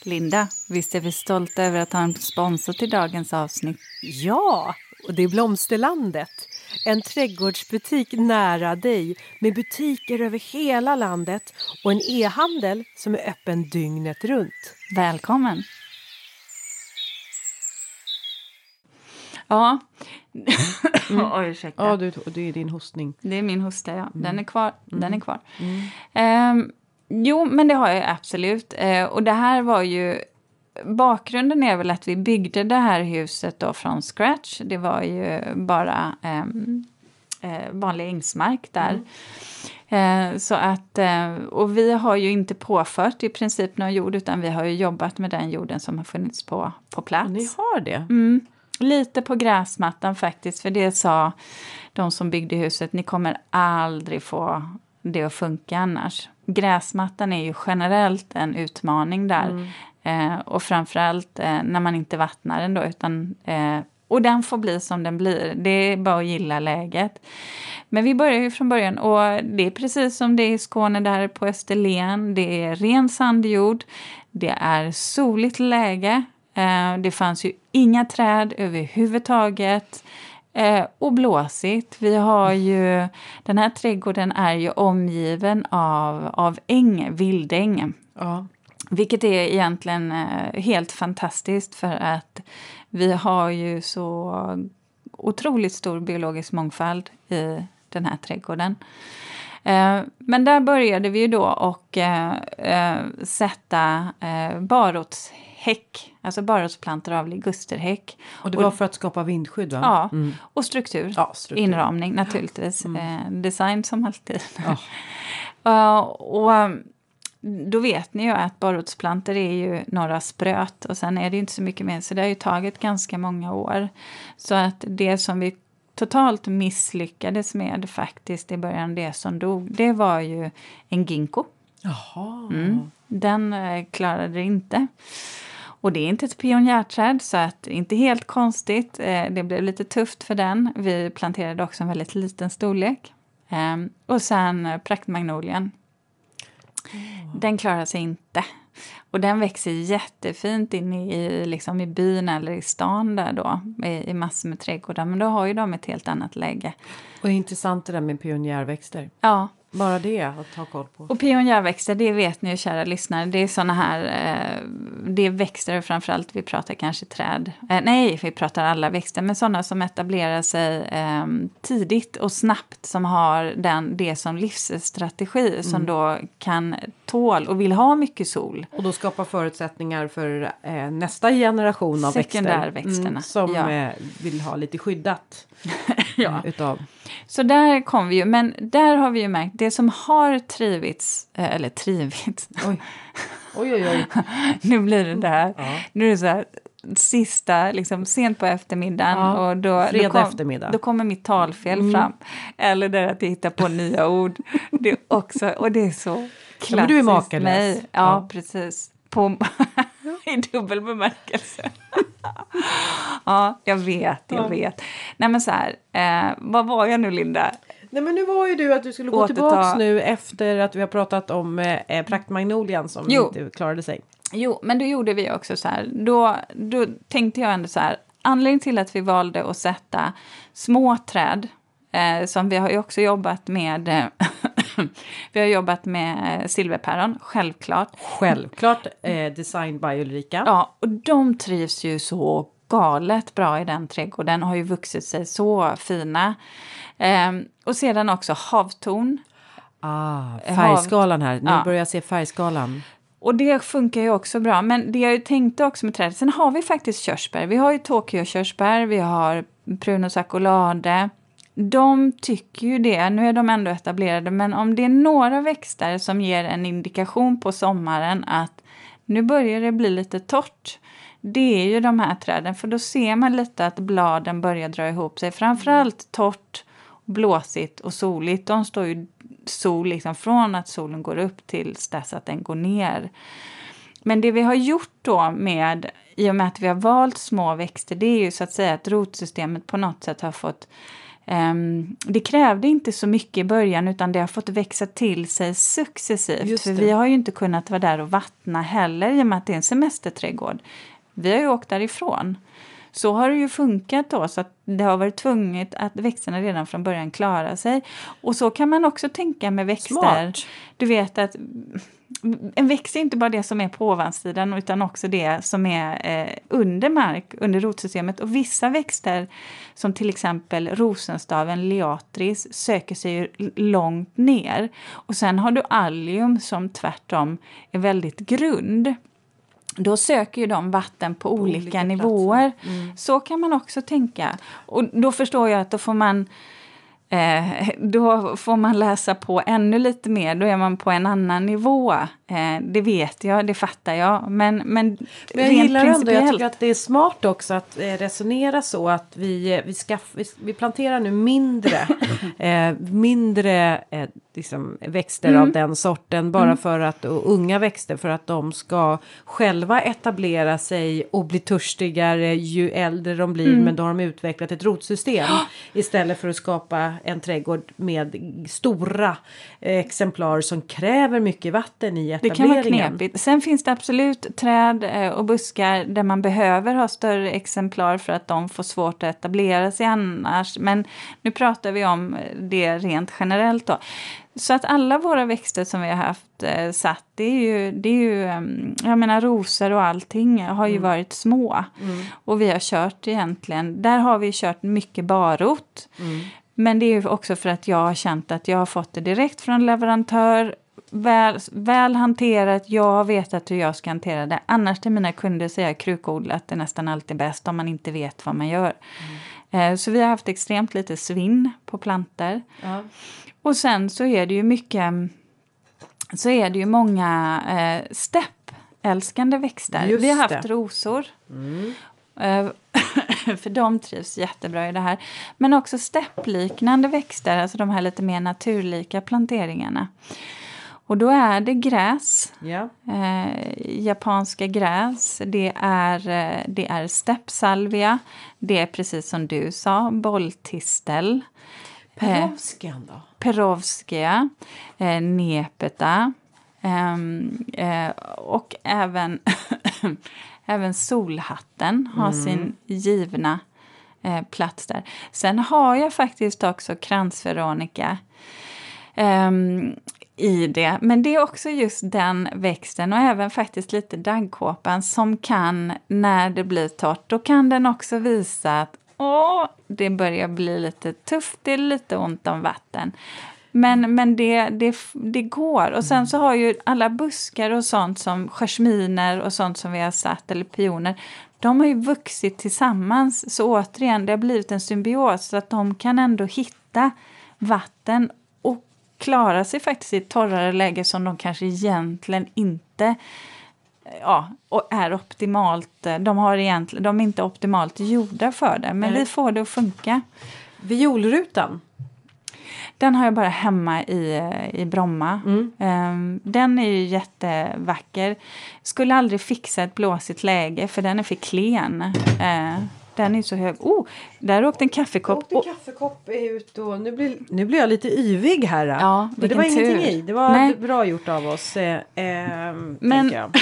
Linda, visst är vi stolta över att ha en sponsor till dagens avsnitt? Ja, och det är Blomsterlandet. En trädgårdsbutik nära dig med butiker över hela landet och en e-handel som är öppen dygnet runt. Välkommen! Ja, mm. Oj, ursäkta. Ja, du, det är din hostning. Det är min hosta, ja. Den mm. är kvar. Mm. Den är kvar. Mm. Um, jo, men det har jag absolut. Uh, och det här var ju... Bakgrunden är väl att vi byggde det här huset då från scratch. Det var ju bara um, uh, vanlig ängsmark där. Mm. Uh, så att, uh, och vi har ju inte påfört i princip någon jord, utan vi har ju jobbat med den jorden som har funnits på, på plats. Och ni har det? Mm. Lite på gräsmattan faktiskt, för det sa de som byggde huset, ni kommer aldrig få det att funka annars. Gräsmattan är ju generellt en utmaning där. Mm. Eh, och framförallt eh, när man inte vattnar den då, utan, eh, och den får bli som den blir. Det är bara att gilla läget. Men vi börjar ju från början, och det är precis som det är i Skåne där på Österlen. Det är ren sandjord, det är soligt läge. Eh, det fanns ju inga träd överhuvudtaget. Eh, och blåsigt. Vi har ju, den här trädgården är ju omgiven av, av äng, vildäng. Ja. Vilket är egentligen eh, helt fantastiskt, för att vi har ju så otroligt stor biologisk mångfald i den här trädgården. Eh, men där började vi ju då och eh, eh, sätta eh, barotshäck, alltså barotsplantor av ligusterhäck. Och det var för att skapa vindskydd, va? Ja, mm. och struktur, ja, struktur. Inramning naturligtvis, mm. eh, design som alltid. Ja. uh, och då vet ni ju att barotsplantor är ju några spröt, och sen är det ju inte så mycket mer, så det har ju tagit ganska många år. Så att det som vi totalt misslyckades med faktiskt i början, det som dog, det var ju en ginkgo. Jaha. Mm. Den eh, klarade det inte. Och det är inte ett pionjärträd, så att inte helt konstigt. Eh, det blev lite tufft för den. Vi planterade också en väldigt liten storlek. Eh, och sen eh, praktmagnolien. Mm. Den klarar sig inte. Och den växer jättefint in i, liksom i byn eller i stan där då. I, i massor med trädgårdar. Men då har ju de ett helt annat läge. Och intressant det där med pionjärväxter. Ja. Bara det att ta koll på. Och pionjärväxter, det vet ni ju, kära lyssnare. Det är såna här, eh, det är växter framförallt, vi pratar kanske träd. Eh, nej, vi pratar alla växter, men sådana som etablerar sig eh, tidigt och snabbt. Som har den, det som livsstrategi, mm. som då kan tål och vill ha mycket sol. Och då skapar förutsättningar för eh, nästa generation av sekundärväxterna. Mm, som ja. eh, vill ha lite skyddat. ja. Utav. Så där kom vi ju, men där har vi ju märkt, det som har trivits, eller trivits. Oj, oj, oj. oj. Nu blir det där, ja. nu är det så här, sista, liksom sent på eftermiddagen. Ja, och då, fredag då, kom, eftermiddag. Då kommer mitt talfel mm. fram. Eller det att jag hittar på nya ord. Det är också, och det är så klassiskt. Ja, men du är makalös. Mig. Ja, ja, precis. På, i dubbel bemärkelse. Ja, jag vet, jag ja. vet. Nej, men så här, eh, vad var jag nu, Linda? Nej, men nu var ju du att du skulle gå Återta... tillbaks nu efter att vi har pratat om eh, praktmagnolian som jo. inte klarade sig. Jo, men då gjorde vi också så här. Då, då tänkte jag ändå så här. Anledningen till att vi valde att sätta små träd, eh, som vi har ju också jobbat med... Eh, vi har jobbat med silverpäron, självklart. Självklart, eh, design by Ulrika. Ja, och de trivs ju så galet bra i den trädgården. Har ju vuxit sig så fina. Eh, och sedan också havtorn. Ah, färgskalan här. Nu ja. börjar jag se färgskalan. Och det funkar ju också bra. Men det jag ju tänkte också med trädet. Sen har vi faktiskt körsbär. Vi har ju Tokyo-körsbär. Vi har Prunus acolade. De tycker ju det. Nu är de ändå etablerade. Men om det är några växter som ger en indikation på sommaren att nu börjar det bli lite torrt. Det är ju de här träden. För då ser man lite att bladen börjar dra ihop sig. Framförallt torrt, blåsigt och soligt. De står ju sol liksom från att solen går upp till dess att den går ner. Men det vi har gjort då med, i och med att vi har valt små växter, det är ju så att säga att rotsystemet på något sätt har fått Um, det krävde inte så mycket i början utan det har fått växa till sig successivt. För vi har ju inte kunnat vara där och vattna heller i och med att det är en semesterträdgård. Vi har ju åkt därifrån. Så har det ju funkat då så att det har varit tvunget att växterna redan från början klara sig. Och så kan man också tänka med växter. Smart. Du vet att en växt är inte bara det som är på ovansidan utan också det som är eh, under mark, under rotsystemet. Och vissa växter som till exempel rosenstaven Liatris söker sig ju långt ner. Och sen har du allium som tvärtom är väldigt grund. Då söker ju de vatten på olika, olika nivåer. Mm. Så kan man också tänka. Och då förstår jag att då får man eh, då får man läsa på ännu lite mer. Då är man på en annan nivå. Eh, det vet jag, det fattar jag. Men, men, men jag gillar ändå, jag tycker att det är smart också att eh, resonera så att vi, vi, ska, vi, vi planterar nu mindre, eh, mindre eh, liksom växter mm. av den sorten bara mm. för att, och unga växter för att de ska själva etablera sig och bli törstigare ju äldre de blir mm. men då har de utvecklat ett rotsystem istället för att skapa en trädgård med stora eh, exemplar som kräver mycket vatten i etableringen. Det kan vara knepigt. Sen finns det absolut träd eh, och buskar där man behöver ha större exemplar för att de får svårt att etablera sig annars. Men nu pratar vi om det rent generellt då. Så att alla våra växter som vi har haft eh, satt, det är ju, det är ju um, jag menar rosor och allting har ju mm. varit små. Mm. Och vi har kört egentligen, där har vi kört mycket barrot. Mm. Men det är ju också för att jag har känt att jag har fått det direkt från leverantör. Väl, väl hanterat, jag vet att hur jag ska hantera det. Annars till mina kunder säger jag krukodlat är nästan alltid bäst om man inte vet vad man gör. Mm. Eh, så vi har haft extremt lite svinn på planter. Ja. Och sen så är det ju mycket, så är det ju många eh, steppälskande växter. Just vi har haft det. rosor. Mm. Eh, för de trivs jättebra i det här. Men också steppliknande växter, alltså de här lite mer naturlika planteringarna. Och då är det gräs, ja. eh, japanska gräs, det är, eh, det är steppsalvia, det är precis som du sa, bolltistel. Perovskian då? Eh, Perovskia, eh, nepeta eh, eh, och även, även solhatten har mm. sin givna eh, plats där. Sen har jag faktiskt också kransveronica eh, i det. Men det är också just den växten och även faktiskt lite daggkåpan som kan, när det blir torrt, då kan den också visa att åh, det börjar bli lite tufft, det är lite ont om vatten. Men, men det, det, det går. Och sen så har ju alla buskar och sånt som jasminer och sånt som vi har satt, eller pioner, de har ju vuxit tillsammans. Så återigen, det har blivit en symbios så att de kan ändå hitta vatten och klara sig faktiskt i ett torrare läge som de kanske egentligen inte ja, och är optimalt. De, har egentligen, de är inte optimalt gjorda för det, men vi får det att funka. Violrutan? Den har jag bara hemma i, i Bromma. Mm. Um, den är ju jättevacker. Skulle aldrig fixa ett blåsigt läge för den är för klen. Uh, den är så hög. Oh, där åkte en kaffekopp. Åkte en kaffekopp ut och nu blir, nu blir jag lite yvig här. Ja, men det var tur. Ingenting i. Det var Nej. Bra gjort av oss. Eh, eh, men jag.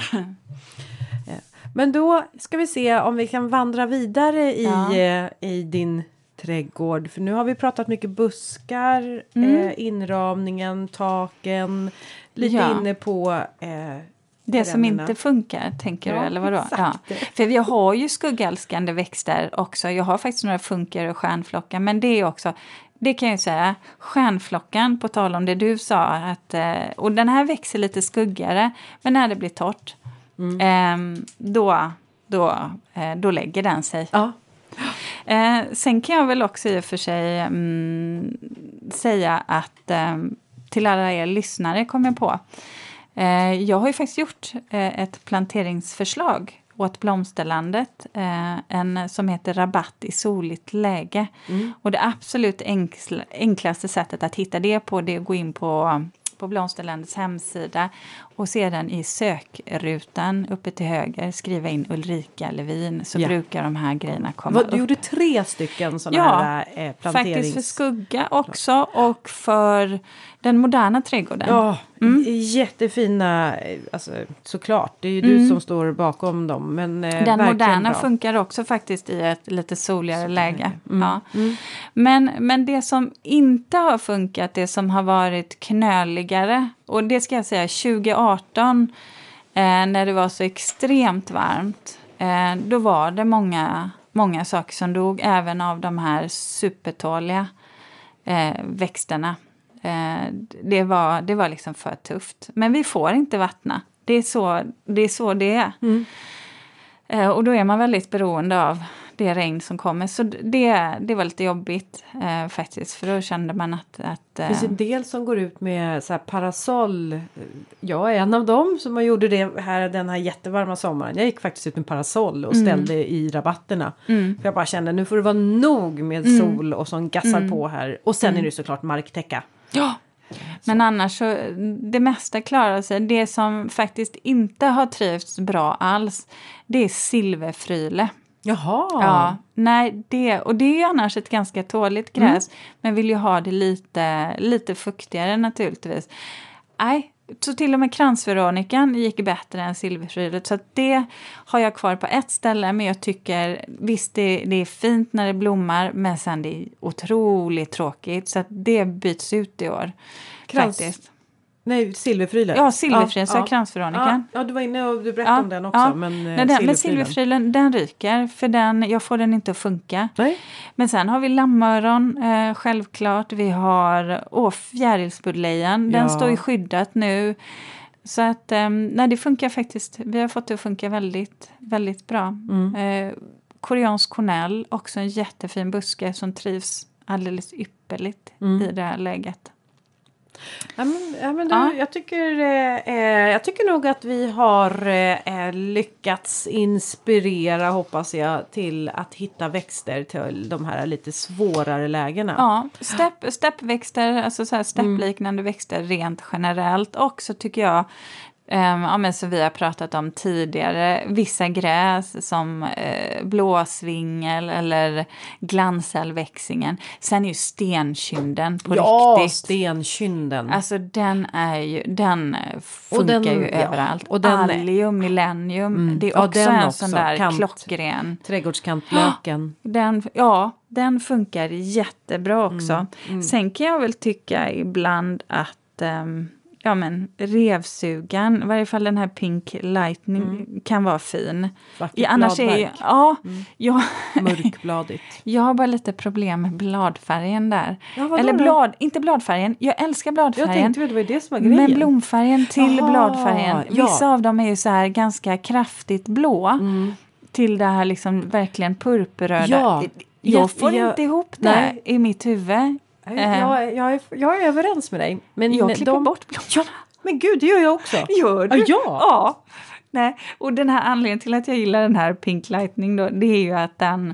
Men då ska vi se om vi kan vandra vidare i, ja. eh, i din trädgård. För nu har vi pratat mycket buskar, mm. eh, inramningen, taken, lite ja. inne på eh, det som inte funkar, tänker ja, du, eller vadå? Ja. För vi har ju skuggälskande växter också. Jag har faktiskt några funkar och stjärnflockar, men det är också, det kan jag ju säga, stjärnflockan, på tal om det du sa, att, och den här växer lite skuggare, men när det blir torrt, mm. då, då, då lägger den sig. Ja. Eh, sen kan jag väl också i och för sig mm, säga att eh, till alla er lyssnare kommer jag på. Eh, jag har ju faktiskt gjort eh, ett planteringsförslag åt Blomsterlandet. Eh, en som heter Rabatt i soligt läge. Mm. Och det absolut enkla, enklaste sättet att hitta det på, det är att gå in på, på Blomsterlandets hemsida och sedan i sökrutan uppe till höger skriva in Ulrika Levin så Ja. brukar de här grejerna komma Vad, upp. du gjorde tre stycken sådana Ja, här eh, planterings... faktiskt för skugga också och för den moderna trädgården. Ja, Mm. jättefina, eh, alltså, såklart. Det är ju Mm. du som står bakom dem. Men, eh, Den verkligen moderna bra. funkar också faktiskt i ett lite soligare läge. Mm. Ja. Mm. Men, men det som inte har funkat, det som har varit knöligare, och det ska jag säga tjugo arton eh, när det var så extremt varmt, eh, då var det många, många saker som dog, även av de här supertåliga eh, växterna. Eh, det, var, det var liksom för tufft. Men vi får inte vattna. Det är så det är. Så det är. Mm. Eh, och då är man väldigt beroende av det regn som kommer. Så det, det var lite jobbigt eh, faktiskt. För då kände man att... att Det finns en del som går ut med så här parasoll. Jag är en av dem som har gjorde det här den här jättevarma sommaren. Jag gick faktiskt ut med parasoll och ställde mm. i rabatterna. Mm. För jag bara kände, nu får det vara nog med mm. sol och som gassar mm. på här. Och sen mm. är det såklart marktäcka. Ja, men annars så, det mesta klarar sig. Det som faktiskt inte har trivts bra alls, det är silverfryle. Jaha. Ja, nej, det, och det är ju annars ett ganska tåligt gräs. Mm. Men vill ju ha det lite, lite fuktigare naturligtvis. Nej, så till och med kransveronikan gick bättre än silverfrylet. Så att det har jag kvar på ett ställe. Men jag tycker, visst det, det är fint när det blommar. Men sen det är otroligt tråkigt. Så att det byts ut i år. Krans... Faktiskt. Nej, silverfrylen. Ja, silverfrylen, ja, så ja. kransveronikan. Ja, ja, du var inne och du berättade ja, om den också. Ja. Men, Nej, den, men silverfrylen, den ryker. För den, jag får den inte att funka. Nej. Men sen har vi lammöron, eh, självklart. Vi har åh, fjärilsbuddlejan. Den Ja. står ju skyddat nu. Så att, eh, nej, det funkar faktiskt. Vi har fått det att funka väldigt, väldigt bra. Mm. Eh, koreansk kornell, också en jättefin buske som trivs alldeles ypperligt mm. i det här läget. Ja, men, ja, men du, ja. jag, tycker, eh, jag tycker nog att vi har eh, lyckats inspirera, hoppas jag, till att hitta växter till de här lite svårare lägena. Ja, stepp, steppväxter, alltså så här steppliknande mm. växter rent generellt. Och så tycker jag, Um, ja, men som vi har pratat om tidigare, vissa gräs som uh, blåsvingel eller glansälväxingen. Sen är ju stenkynden på ja, riktigt. Ja, stenkynden. Alltså den är ju, den funkar den, ju ja. överallt. Och den, Allium, millennium, mm, det är också ja, en också. sån där Kant, klockren. Trädgårdskantlöken. Den, ja, den funkar jättebra också. Mm, mm. Sen kan jag väl tycka ibland att... Um, Ja, men revsugan, i varje fall den här Pink Lightning mm. kan vara fin. Ja, annars är ju, ja, mm. jag, mörkbladigt. Jag har bara lite problem med bladfärgen där. Ja, Eller blad, inte bladfärgen. Jag älskar bladfärgen. Jag tänkte det var det som var grejen. Men blomfärgen till Aha, bladfärgen. Vissa ja. av dem är ju så här ganska kraftigt blå. Mm. Till det här liksom verkligen purpurröda. Ja. Jag får jag, inte ihop det nej. i mitt huvud. Jag, jag, jag, är, jag är överens med dig. Men jag klipper de, bort blommorna. Ja, men gud, det gör jag också. Gör du? Ja. ja. Nej. Och den här anledningen till att jag gillar den här Pink Lightning då, det är ju att den,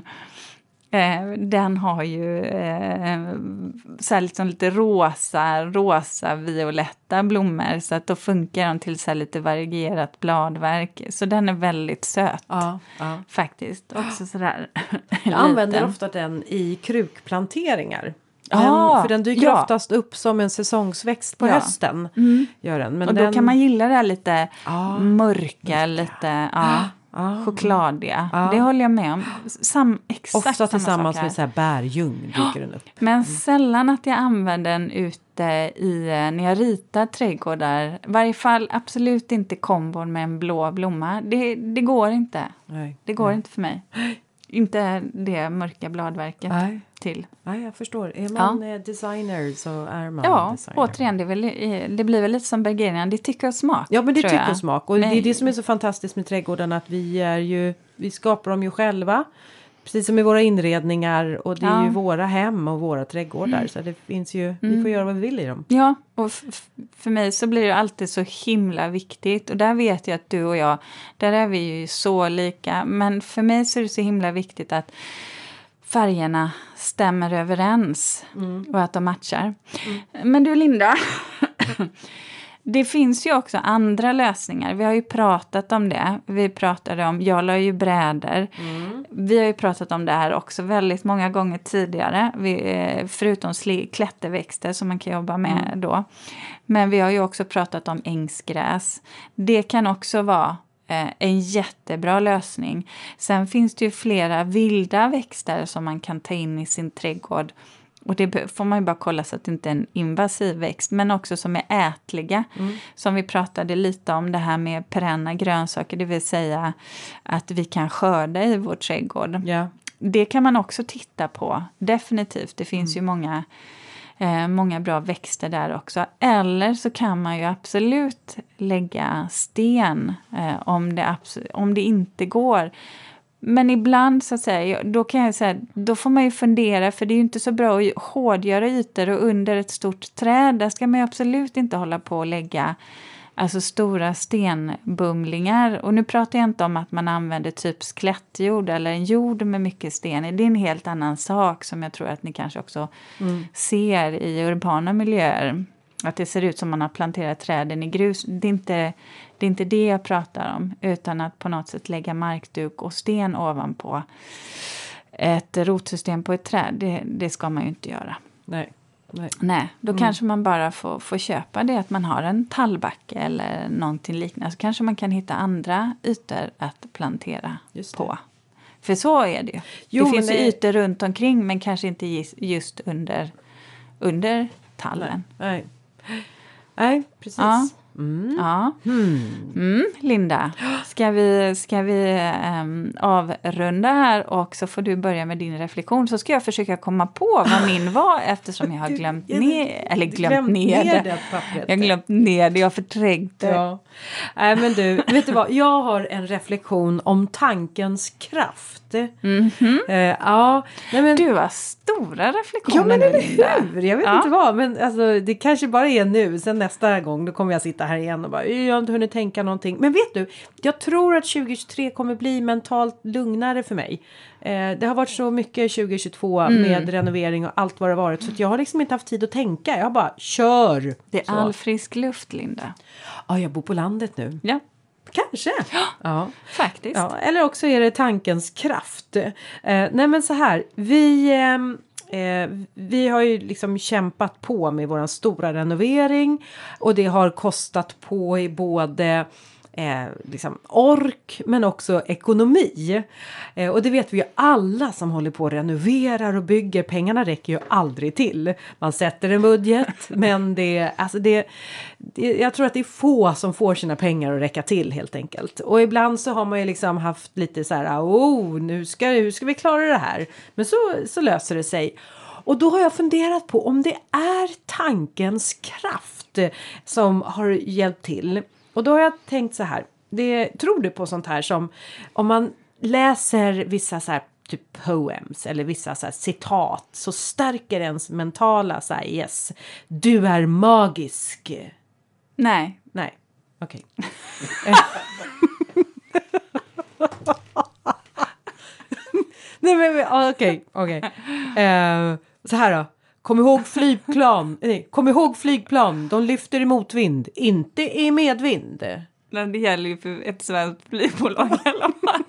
eh, den har ju eh, så här liksom lite rosa, rosa, violetta blommor. Så att då funkar de till så här lite varierat bladverk. Så den är väldigt söt. Ja, ja. Faktiskt. Också sådär. Jag använder ofta den i krukplanteringar. Den, ah, för den dyker ja. oftast upp som en säsongsväxt på ja. hösten. Mm. Gör den. Men och den... då kan man gilla det här lite ah, mörka, lite ja, ah, chokladiga. Ah. Det håller jag med om. Sam, exakt ofta tillsammans med så här bärljung dyker den upp. Men mm. sällan att jag använder den ute i, när jag ritar trädgårdar. I varje fall absolut inte kombon med en blå blomma. Det, det går inte. Nej. Det går Nej. inte för mig. Inte det mörka bladverket Nej. till. Nej, jag förstår. Är man ja. designer så är man ja, designer. återigen, det, väl, det blir väl lite som bergerian. Det tycker och smak. Ja, men det tycker och smak. Och men... det är det som är så fantastiskt med trädgården, att vi är ju, vi skapar dem ju själva. Precis som i våra inredningar, och det är ja. ju våra hem och våra trädgårdar. Mm. Så det finns ju, vi får mm. göra vad vi vill i dem. Ja, och f- för mig så blir det alltid så himla viktigt. Och där vet jag att du och jag, där är vi ju så lika. Men för mig så är det så himla viktigt att färgerna stämmer överens mm. och att de matchar. Mm. Men du Linda, Det finns ju också andra lösningar. Vi har ju pratat om det. Vi pratade om, jag la ju brädor. Mm. Vi har ju pratat om det här också väldigt många gånger tidigare. Vi, förutom sli, klätterväxter som man kan jobba med mm. då. Men vi har ju också pratat om ängsgräs. Det kan också vara eh, en jättebra lösning. Sen finns det ju flera vilda växter som man kan ta in i sin trädgård. Och det får man ju bara kolla så att det inte är en invasiv växt. Men också som är ätliga. Mm. Som vi pratade lite om det här med perenna grönsaker. Det vill säga att vi kan skörda i vår trädgård. Yeah. Det kan man också titta på. Definitivt. Det finns mm. ju många, eh, många bra växter där också. Eller så kan man ju absolut lägga sten. Eh, om, det abs- om det inte går. Men ibland så att säga, då kan jag säga, då får man ju fundera, för det är ju inte så bra att hårdgöra ytor, och under ett stort träd, där ska man ju absolut inte hålla på och lägga alltså stora stenbumlingar. Och nu pratar jag inte om att man använder typ skelettjord eller en jord med mycket sten i. Det är en helt annan sak som jag tror att ni kanske också mm. ser i urbana miljöer. Att det ser ut som man har planterat träden i grus. Det är inte det, är inte det jag pratar om. Utan att på något sätt lägga markduk och sten ovanpå ett rotsystem på ett träd. Det, det ska man ju inte göra. Nej. Nej, Nej då mm. kanske man bara får, får köpa det. Att man har en tallbacke eller någonting liknande. Så kanske man kan hitta andra ytor att plantera på. För så är det ju. Jo, det finns ju ytor runt omkring, men kanske inte just under, under tallen. Nej, nej. Nej, precis. Ja. Mm. Ja. Mm. Mm, Linda, ska vi, ska vi um, avrunda här, och så får du börja med din reflektion, så ska jag försöka komma på vad min var, eftersom jag har glömt ner eller glömt, glömt ner det. det jag har glömt ner det, jag har förträngt det. Ja. Nej, men du, vet du vad? Jag har en reflektion om tankens kraft. Mm-hmm. Uh, ja, nej, men, du har stora reflektioner. Ja, men eller hur? Jag vet ja. inte vad, men alltså, det kanske bara är nu. Sen nästa gång, då kommer jag sitta här igen och bara, jag har inte hunnit tänka någonting. Men vet du, jag tror att tjugohundratjugotre kommer bli mentalt lugnare för mig. Eh, det har varit så mycket tjugohundratjugotvå mm. med renovering och allt vad det har varit. Så att jag har liksom inte haft tid att tänka. Jag har bara, kör! Det är så. All frisk luft, Linda. Ja, jag bor på landet nu. Ja. Kanske. Ja, ja. faktiskt. Ja, eller också är det tankens kraft. Eh, nej men så här, vi... Eh, Eh, vi har ju liksom kämpat på med våran stora renovering, och det har kostat på i både eh, liksom ork men också ekonomi. Eh, och det vet vi ju alla som håller på och renoverar och bygger. Pengarna räcker ju aldrig till. Man sätter en budget, men det, alltså det, det, jag tror att det är få som får sina pengar att räcka till helt enkelt. Och ibland så har man ju liksom haft lite så här, oh, nu ska, hur ska vi klara det här? Men så, så löser det sig. Och då har jag funderat på om det är tankens kraft som har hjälpt till. Och då har jag tänkt så här. Det, tror du på sånt här som om man läser vissa så här typ poems eller vissa så här citat, så stärker ens mentala så här, yes, du är magisk. Nej. Nej, okej. Okay. Nej men okej, okej. Uh, så här då. Kom ihåg flygplan. Nej, kom ihåg flygplan. De lyfter i motvind, inte i medvind. Men det gäller ju för ett svenskt flygbolag i alla fall.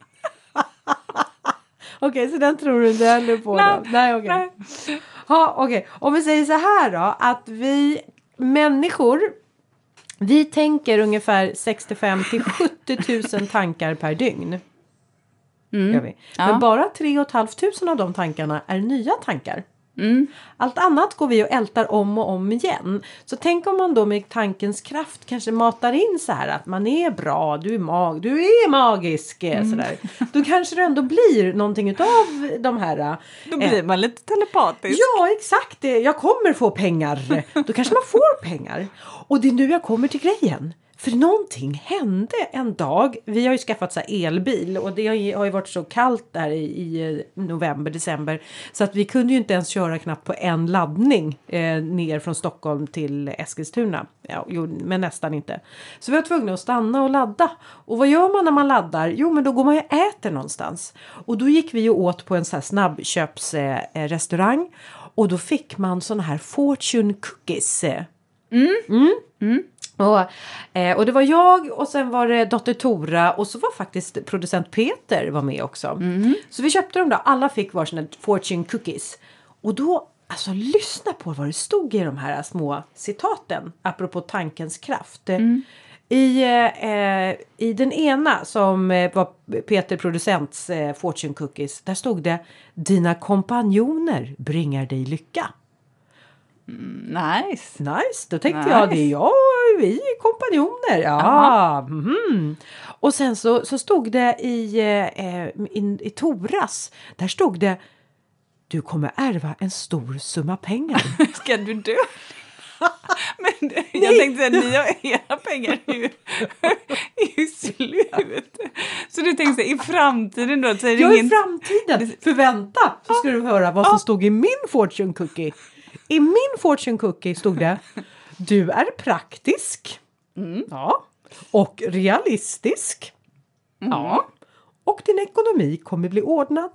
Okej, okay, så den tror du inte heller på då? Nej, okej. Okay. Ja, okej. Okay. Om vi säger så här då, att vi människor, vi tänker ungefär sextiofem till sjuttio tusen tankar per dygn. Mm. Gör vi. Men ja. bara tre och ett halvt tusen av de tankarna är nya tankar. Mm. Allt annat går vi och ältar om och om igen. Så tänk om man då med tankens kraft kanske matar in så här att man är bra, du är mag, du är magisk mm. sådär. Då kanske det ändå blir någonting utav de här. Då blir eh, man lite telepatisk. Ja, exakt. Jag kommer få pengar. Då kanske man får pengar. Och det är nu jag kommer till grejen. För någonting hände en dag. Vi har ju skaffat så här elbil. Och det har ju, har ju varit så kallt där i, i november, december. Så att vi kunde ju inte ens köra knappt på en laddning. Eh, ner från Stockholm till Eskilstuna. Ja, jo, men nästan inte. Så vi var tvungna att stanna och ladda. Och vad gör man när man laddar? Jo, men då går man ju och äter någonstans. Och då gick vi ju åt på en så här snabbköpsrestaurang. Eh, och då fick man såna här fortune cookies. Mm. Mm. Mm. Och, eh, och det var jag och sen var det dotter Tora och så var faktiskt producent Peter var med också. Mm. Så vi köpte dem då. Alla fick varsina fortune cookies. Och då, alltså lyssna på vad det stod i de här små citaten. Apropå tankens kraft. Mm. I, eh, I den ena som eh, var Peter producents eh, fortune cookies. Där stod det: dina kompanjoner bringar dig lycka. Nice. Nice, då tänkte Nice. jag det är jag och vi är kompanjoner. Ja. Mm. Och sen så, så stod det i, eh, i, i Toras, där stod det: du kommer ärva en stor summa pengar. Ska du dö? Men det, jag tänkte att ni har era pengar ju i slut. Så du tänkte i framtiden då? Så är det Ja, ingen... i framtiden. Förvänta, så ska du höra vad som stod i min fortune cookie. I min fortune cookie stod det: du är praktisk. Mm. Ja. Och realistisk. Mm. Ja. Och din ekonomi kommer bli ordnad.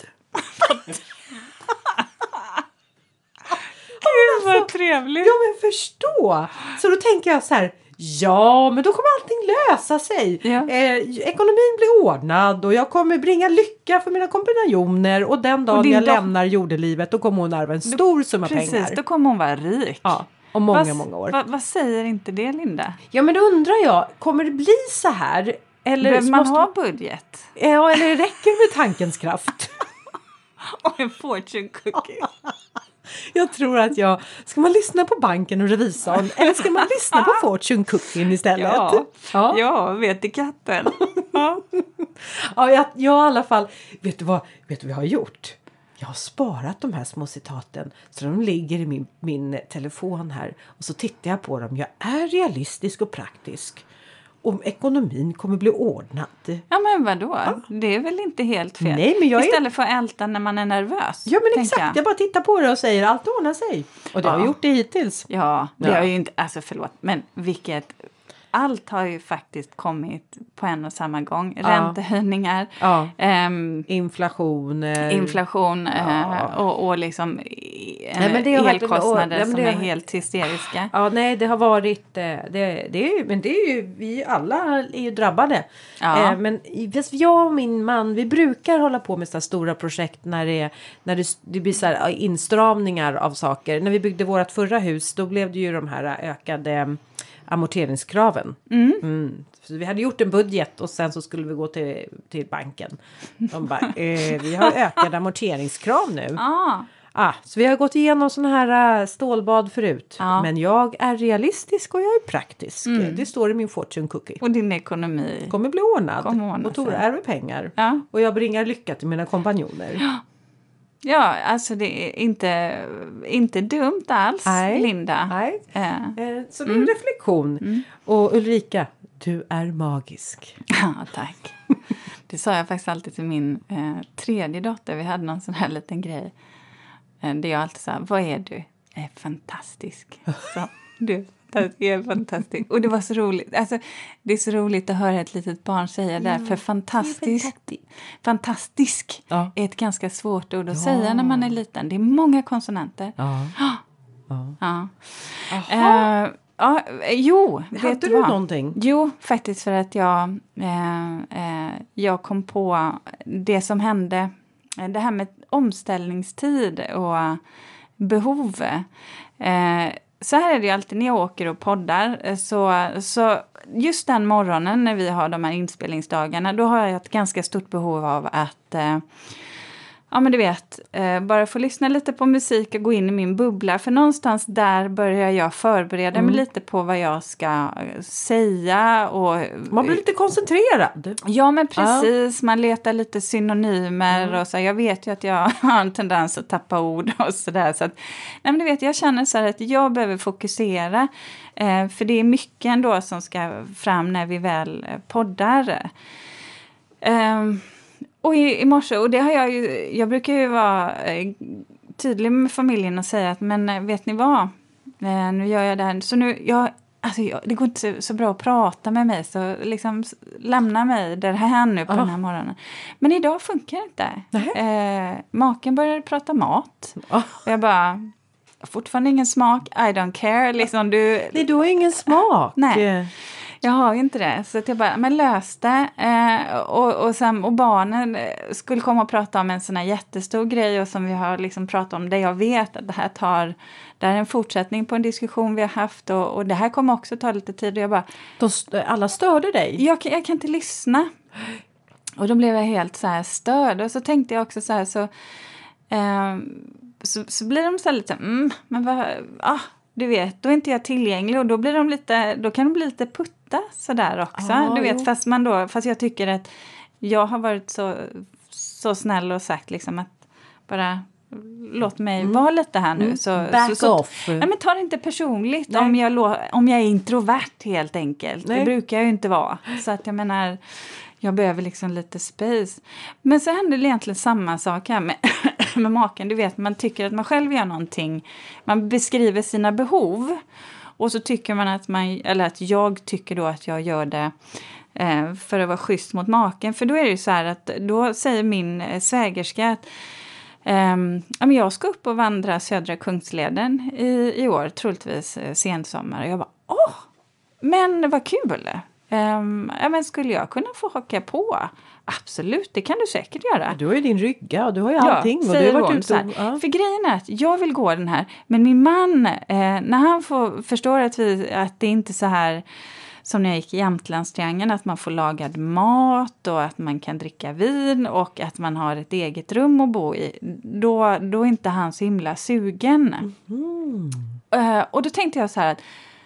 Gud vad trevligt. Ja, men förstå. Så då tänker jag så här: ja, men då kommer allting lösa sig. Ja. Eh, ekonomin blir ordnad och jag kommer bringa lycka för mina kompanjoner. Och den dagen din jag do- lämnar jordelivet, då kommer hon ärva en stor summa Precis, pengar. då kommer hon vara rik. Ja, om många, vad, många år. Vad, vad säger inte det, Linda? Ja, men då undrar jag, kommer det bli så här? Eller Behöver man måste- ha budget? Ja, eller räcker det med tankens kraft? Och en fortune cookie. Jag tror att jag... Ska man lyssna på banken och revisorn? Eller ska man lyssna på fortune cookien istället? Ja, Ja. ja vet i katten. Ja. Ja, jag, jag i alla fall... Vet du, vad, vet du vad jag har gjort? Jag har sparat de här små citaten. Så de ligger i min, min telefon här. Och så tittar jag på dem. Jag är realistisk och praktisk. Och ekonomin kommer bli ordnad. Ja, men vadå? Det är väl inte helt fel? Nej, men jag är- Istället för att älta när man är nervös. Ja, men tänker exakt. Jag. Jag. bara tittar på det och säger allt ordnar sig. Och det har Ja. jag gjort det hittills. Ja, det Ja. har ju inte... Alltså förlåt, men vilket... Allt har ju faktiskt kommit på en och samma gång. Ja. Räntehöjningar, Ja. ehm, Inflation. eh, inflation Ja. eh, och, och liksom eh, Nej, men det har verkligen- elkostnader ja, men som det är har- helt hysteriska. Ja, nej, det har varit... eh, Det, det är ju, men det är ju... Vi alla är ju drabbade. Ja. Eh, Men i- fast jag och min man, vi brukar hålla på med så här stora projekt när det, är- när det, det blir så här ja, instramningar av saker. När vi byggde vårt förra hus, då blev det ju de här ökade eh, amorteringskraven. Mm. Mm. Så vi hade gjort en budget och sen så skulle vi gå till, till banken. De bara, eh, vi har ökade amorteringskrav nu. Ja, Ah, så vi har gått igenom såna här äh, stålbad förut. Ja. Men jag är realistisk och jag är praktisk. Mm. Det står i min fortune cookie. och din ekonomi. Kommer bli ordnad. Kommer ordna och Tora sig. ärver pengar. Ja. Och jag bringar lycka till mina kompanjoner. Ja, alltså det är inte, inte dumt alls, Nej. Linda. Nej. Eh, Eh, så det är en reflektion. Och Ulrika, du är magisk. Ja, tack. Det sa jag faktiskt alltid till min eh, tredje dotter. Vi hade någon sån här liten grej. Eh, där jag alltid sa, vad är du? Jag är fantastisk. Så, du är fantastisk. Och det var så roligt. Alltså, det är så roligt att höra ett litet barn säga det. För fantastisk, fantastisk Ja. är ett ganska svårt ord att Ja. säga när man är liten. Det är många konsonanter. Ja. Ja. Jaha. Eh, ja, jo, vet Hade du du vad? någonting? Jo, faktiskt för att jag, eh, eh, jag kom på det som hände. eh, Det här med omställningstid och behov. Eh, så här är det ju alltid när jag åker och poddar. eh, Så, så just den morgonen när vi har de här inspelningsdagarna, då har jag ett ganska stort behov av att... Eh, Ja, men du vet, eh, bara få lyssna lite på musik och gå in i min bubbla. För någonstans där börjar jag förbereda mig lite på vad jag ska eh, säga. Och, Man blir lite koncentrerad. ja, men precis. Man letar lite synonymer. Och så, jag vet ju att jag har en tendens att tappa ord och sådär. Så att, nej, men du vet, jag känner så här att jag behöver fokusera. Eh, för det är mycket ändå som ska fram när vi väl eh, poddar. Eh, Och i, i morse, och det har jag ju, jag brukar ju vara eh, tydlig med familjen och säga att, men eh, vet ni vad, eh, nu gör jag det här, så nu, jag, alltså jag, det går inte så, så bra att prata med mig, så liksom s- lämna mig där här nu på Ah. den här morgonen. Men idag funkar det inte. Nähä. Eh, maken började prata mat, Ah. och jag bara, Jag har fortfarande ingen smak. I don't care. Liksom du... Nej, du har ingen smak. Nej. Jag har ju inte det. Så att jag bara, men löste. Eh, och, och, sen, och barnen skulle komma och prata om en sån här jättestor grej. Och som vi har liksom pratat om. Det jag vet att det här tar... Det här är en fortsättning på en diskussion vi har haft. Och, och det här kommer också ta lite tid. Och jag bara... De, alla störde dig? Jag, jag kan inte lyssna. Och då blev jag helt så här störd. Och så tänkte jag också så här. Så, eh, så, så blir de så här lite... Mm, men vad... Ah, du vet, då är inte jag tillgänglig. Och då blir de lite... Då kan de bli lite putta sådär också. Ah, du vet, fast, man då, fast jag tycker att... Jag har varit så, så snäll och sagt liksom att... Bara... Låt mig mm. vara lite här nu. Mm. Så, Back så, så, off. Nej, men ta det inte personligt om jag, lo, om jag är introvert helt enkelt. Nej. Det brukar jag ju inte vara. Så att jag menar, jag behöver liksom lite space. Men så händer det egentligen samma sak här med, med maken. Du vet, man tycker att man själv gör någonting. Man beskriver sina behov. Och så tycker man att man, eller att jag tycker då att jag gör det eh, för att vara schysst mot maken. För då är det ju så här att, då säger min eh, svägerska att Um, jag ska upp och vandra Södra Kungsleden i, i år, troligtvis eh, sensommar. Och jag bara, åh, men vad kul. Um, ja, men skulle jag kunna få haka på? Absolut, det kan du säkert göra. Ja, du har ju din rygga och du har ju allting. Ja, och du har varit hon, ute och, ja. För grejen är att jag vill gå den här. Men min man, eh, när han får, förstår att, vi, att det inte är så här... Som när jag gick i Jämtlandstriangeln, att man får lagad mat och att man kan dricka vin och att man har ett eget rum att bo i. Då, då är inte han så himla sugen. Mm. Uh, och då tänkte jag så här att,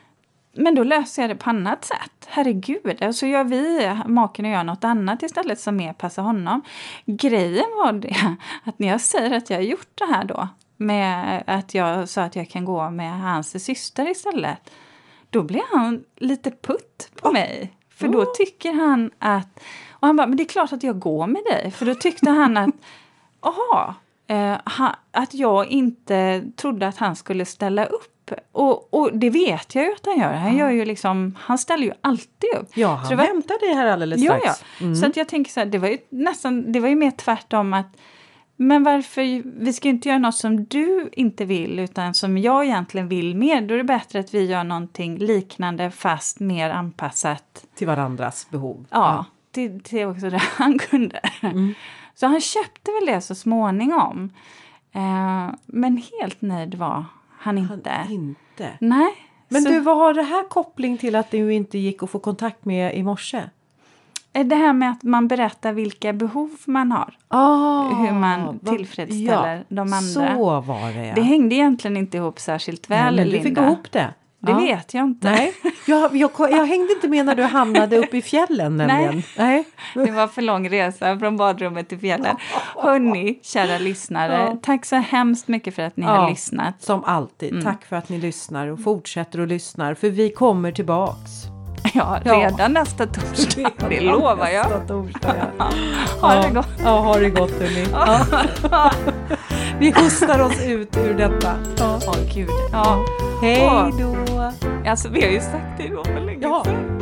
men då löser jag det på annat sätt. Herregud, så gör vi, maken och jag, något annat istället som mer passar honom. Grejen var det att när jag säger att jag har gjort det här då, med att jag sa att jag kan gå med hans syster istället. Då blir han lite putt på oh. mig. För då tycker han att... Och han bara, men det är klart att jag går med dig. För då tyckte han att... Aha, eh, ha, att jag inte trodde att han skulle ställa upp. Och, och det vet jag ju att han gör. Han, gör ju liksom, han ställer ju alltid upp. Ja, han var, hämtar dig här alldeles strax. Ja, ja. Mm. Så att jag tänker så här, det var ju nästan... Det var ju mer tvärtom att... Men varför, vi ska inte göra något som du inte vill utan som jag egentligen vill mer. Då är det bättre att vi gör någonting liknande fast mer anpassat. Till varandras behov. Ja, ja. Till, till också det han kunde. Mm. Så han köpte väl det så småningom. Eh, men helt nöjd var han inte. Han inte? Nej. Men så, du, vad har det här koppling till att du inte gick att få kontakt med i morse? Det här med att man berättar vilka behov man har. Oh, hur man tillfredsställer ja, de andra. Så var det, ja. Det hängde egentligen inte ihop särskilt väl, Nej, men Linda. du fick ihop det. Det ja. vet jag inte. Nej. Jag, jag, jag hängde inte med när du hamnade uppe i fjällen. Nämligen. Nej. Nej, det var för lång resa från badrummet till fjällen. Hörni, kära lyssnare. Ja. Tack så hemskt mycket för att ni ja, har lyssnat. Som alltid. Mm. Tack för att ni lyssnar och fortsätter att lyssna. För vi kommer tillbaks. Ja, redan ja. nästa torsdag. Det lovar jag. Nästa torsdag, ja. Ha ja. det gott. Ja, ha det gott, hörni. Ja. Vi hostar oss ut ur detta. Ja, oh, gud. Ja. Hej då. Alltså, vi har ju sagt det då för länge ja. sedan.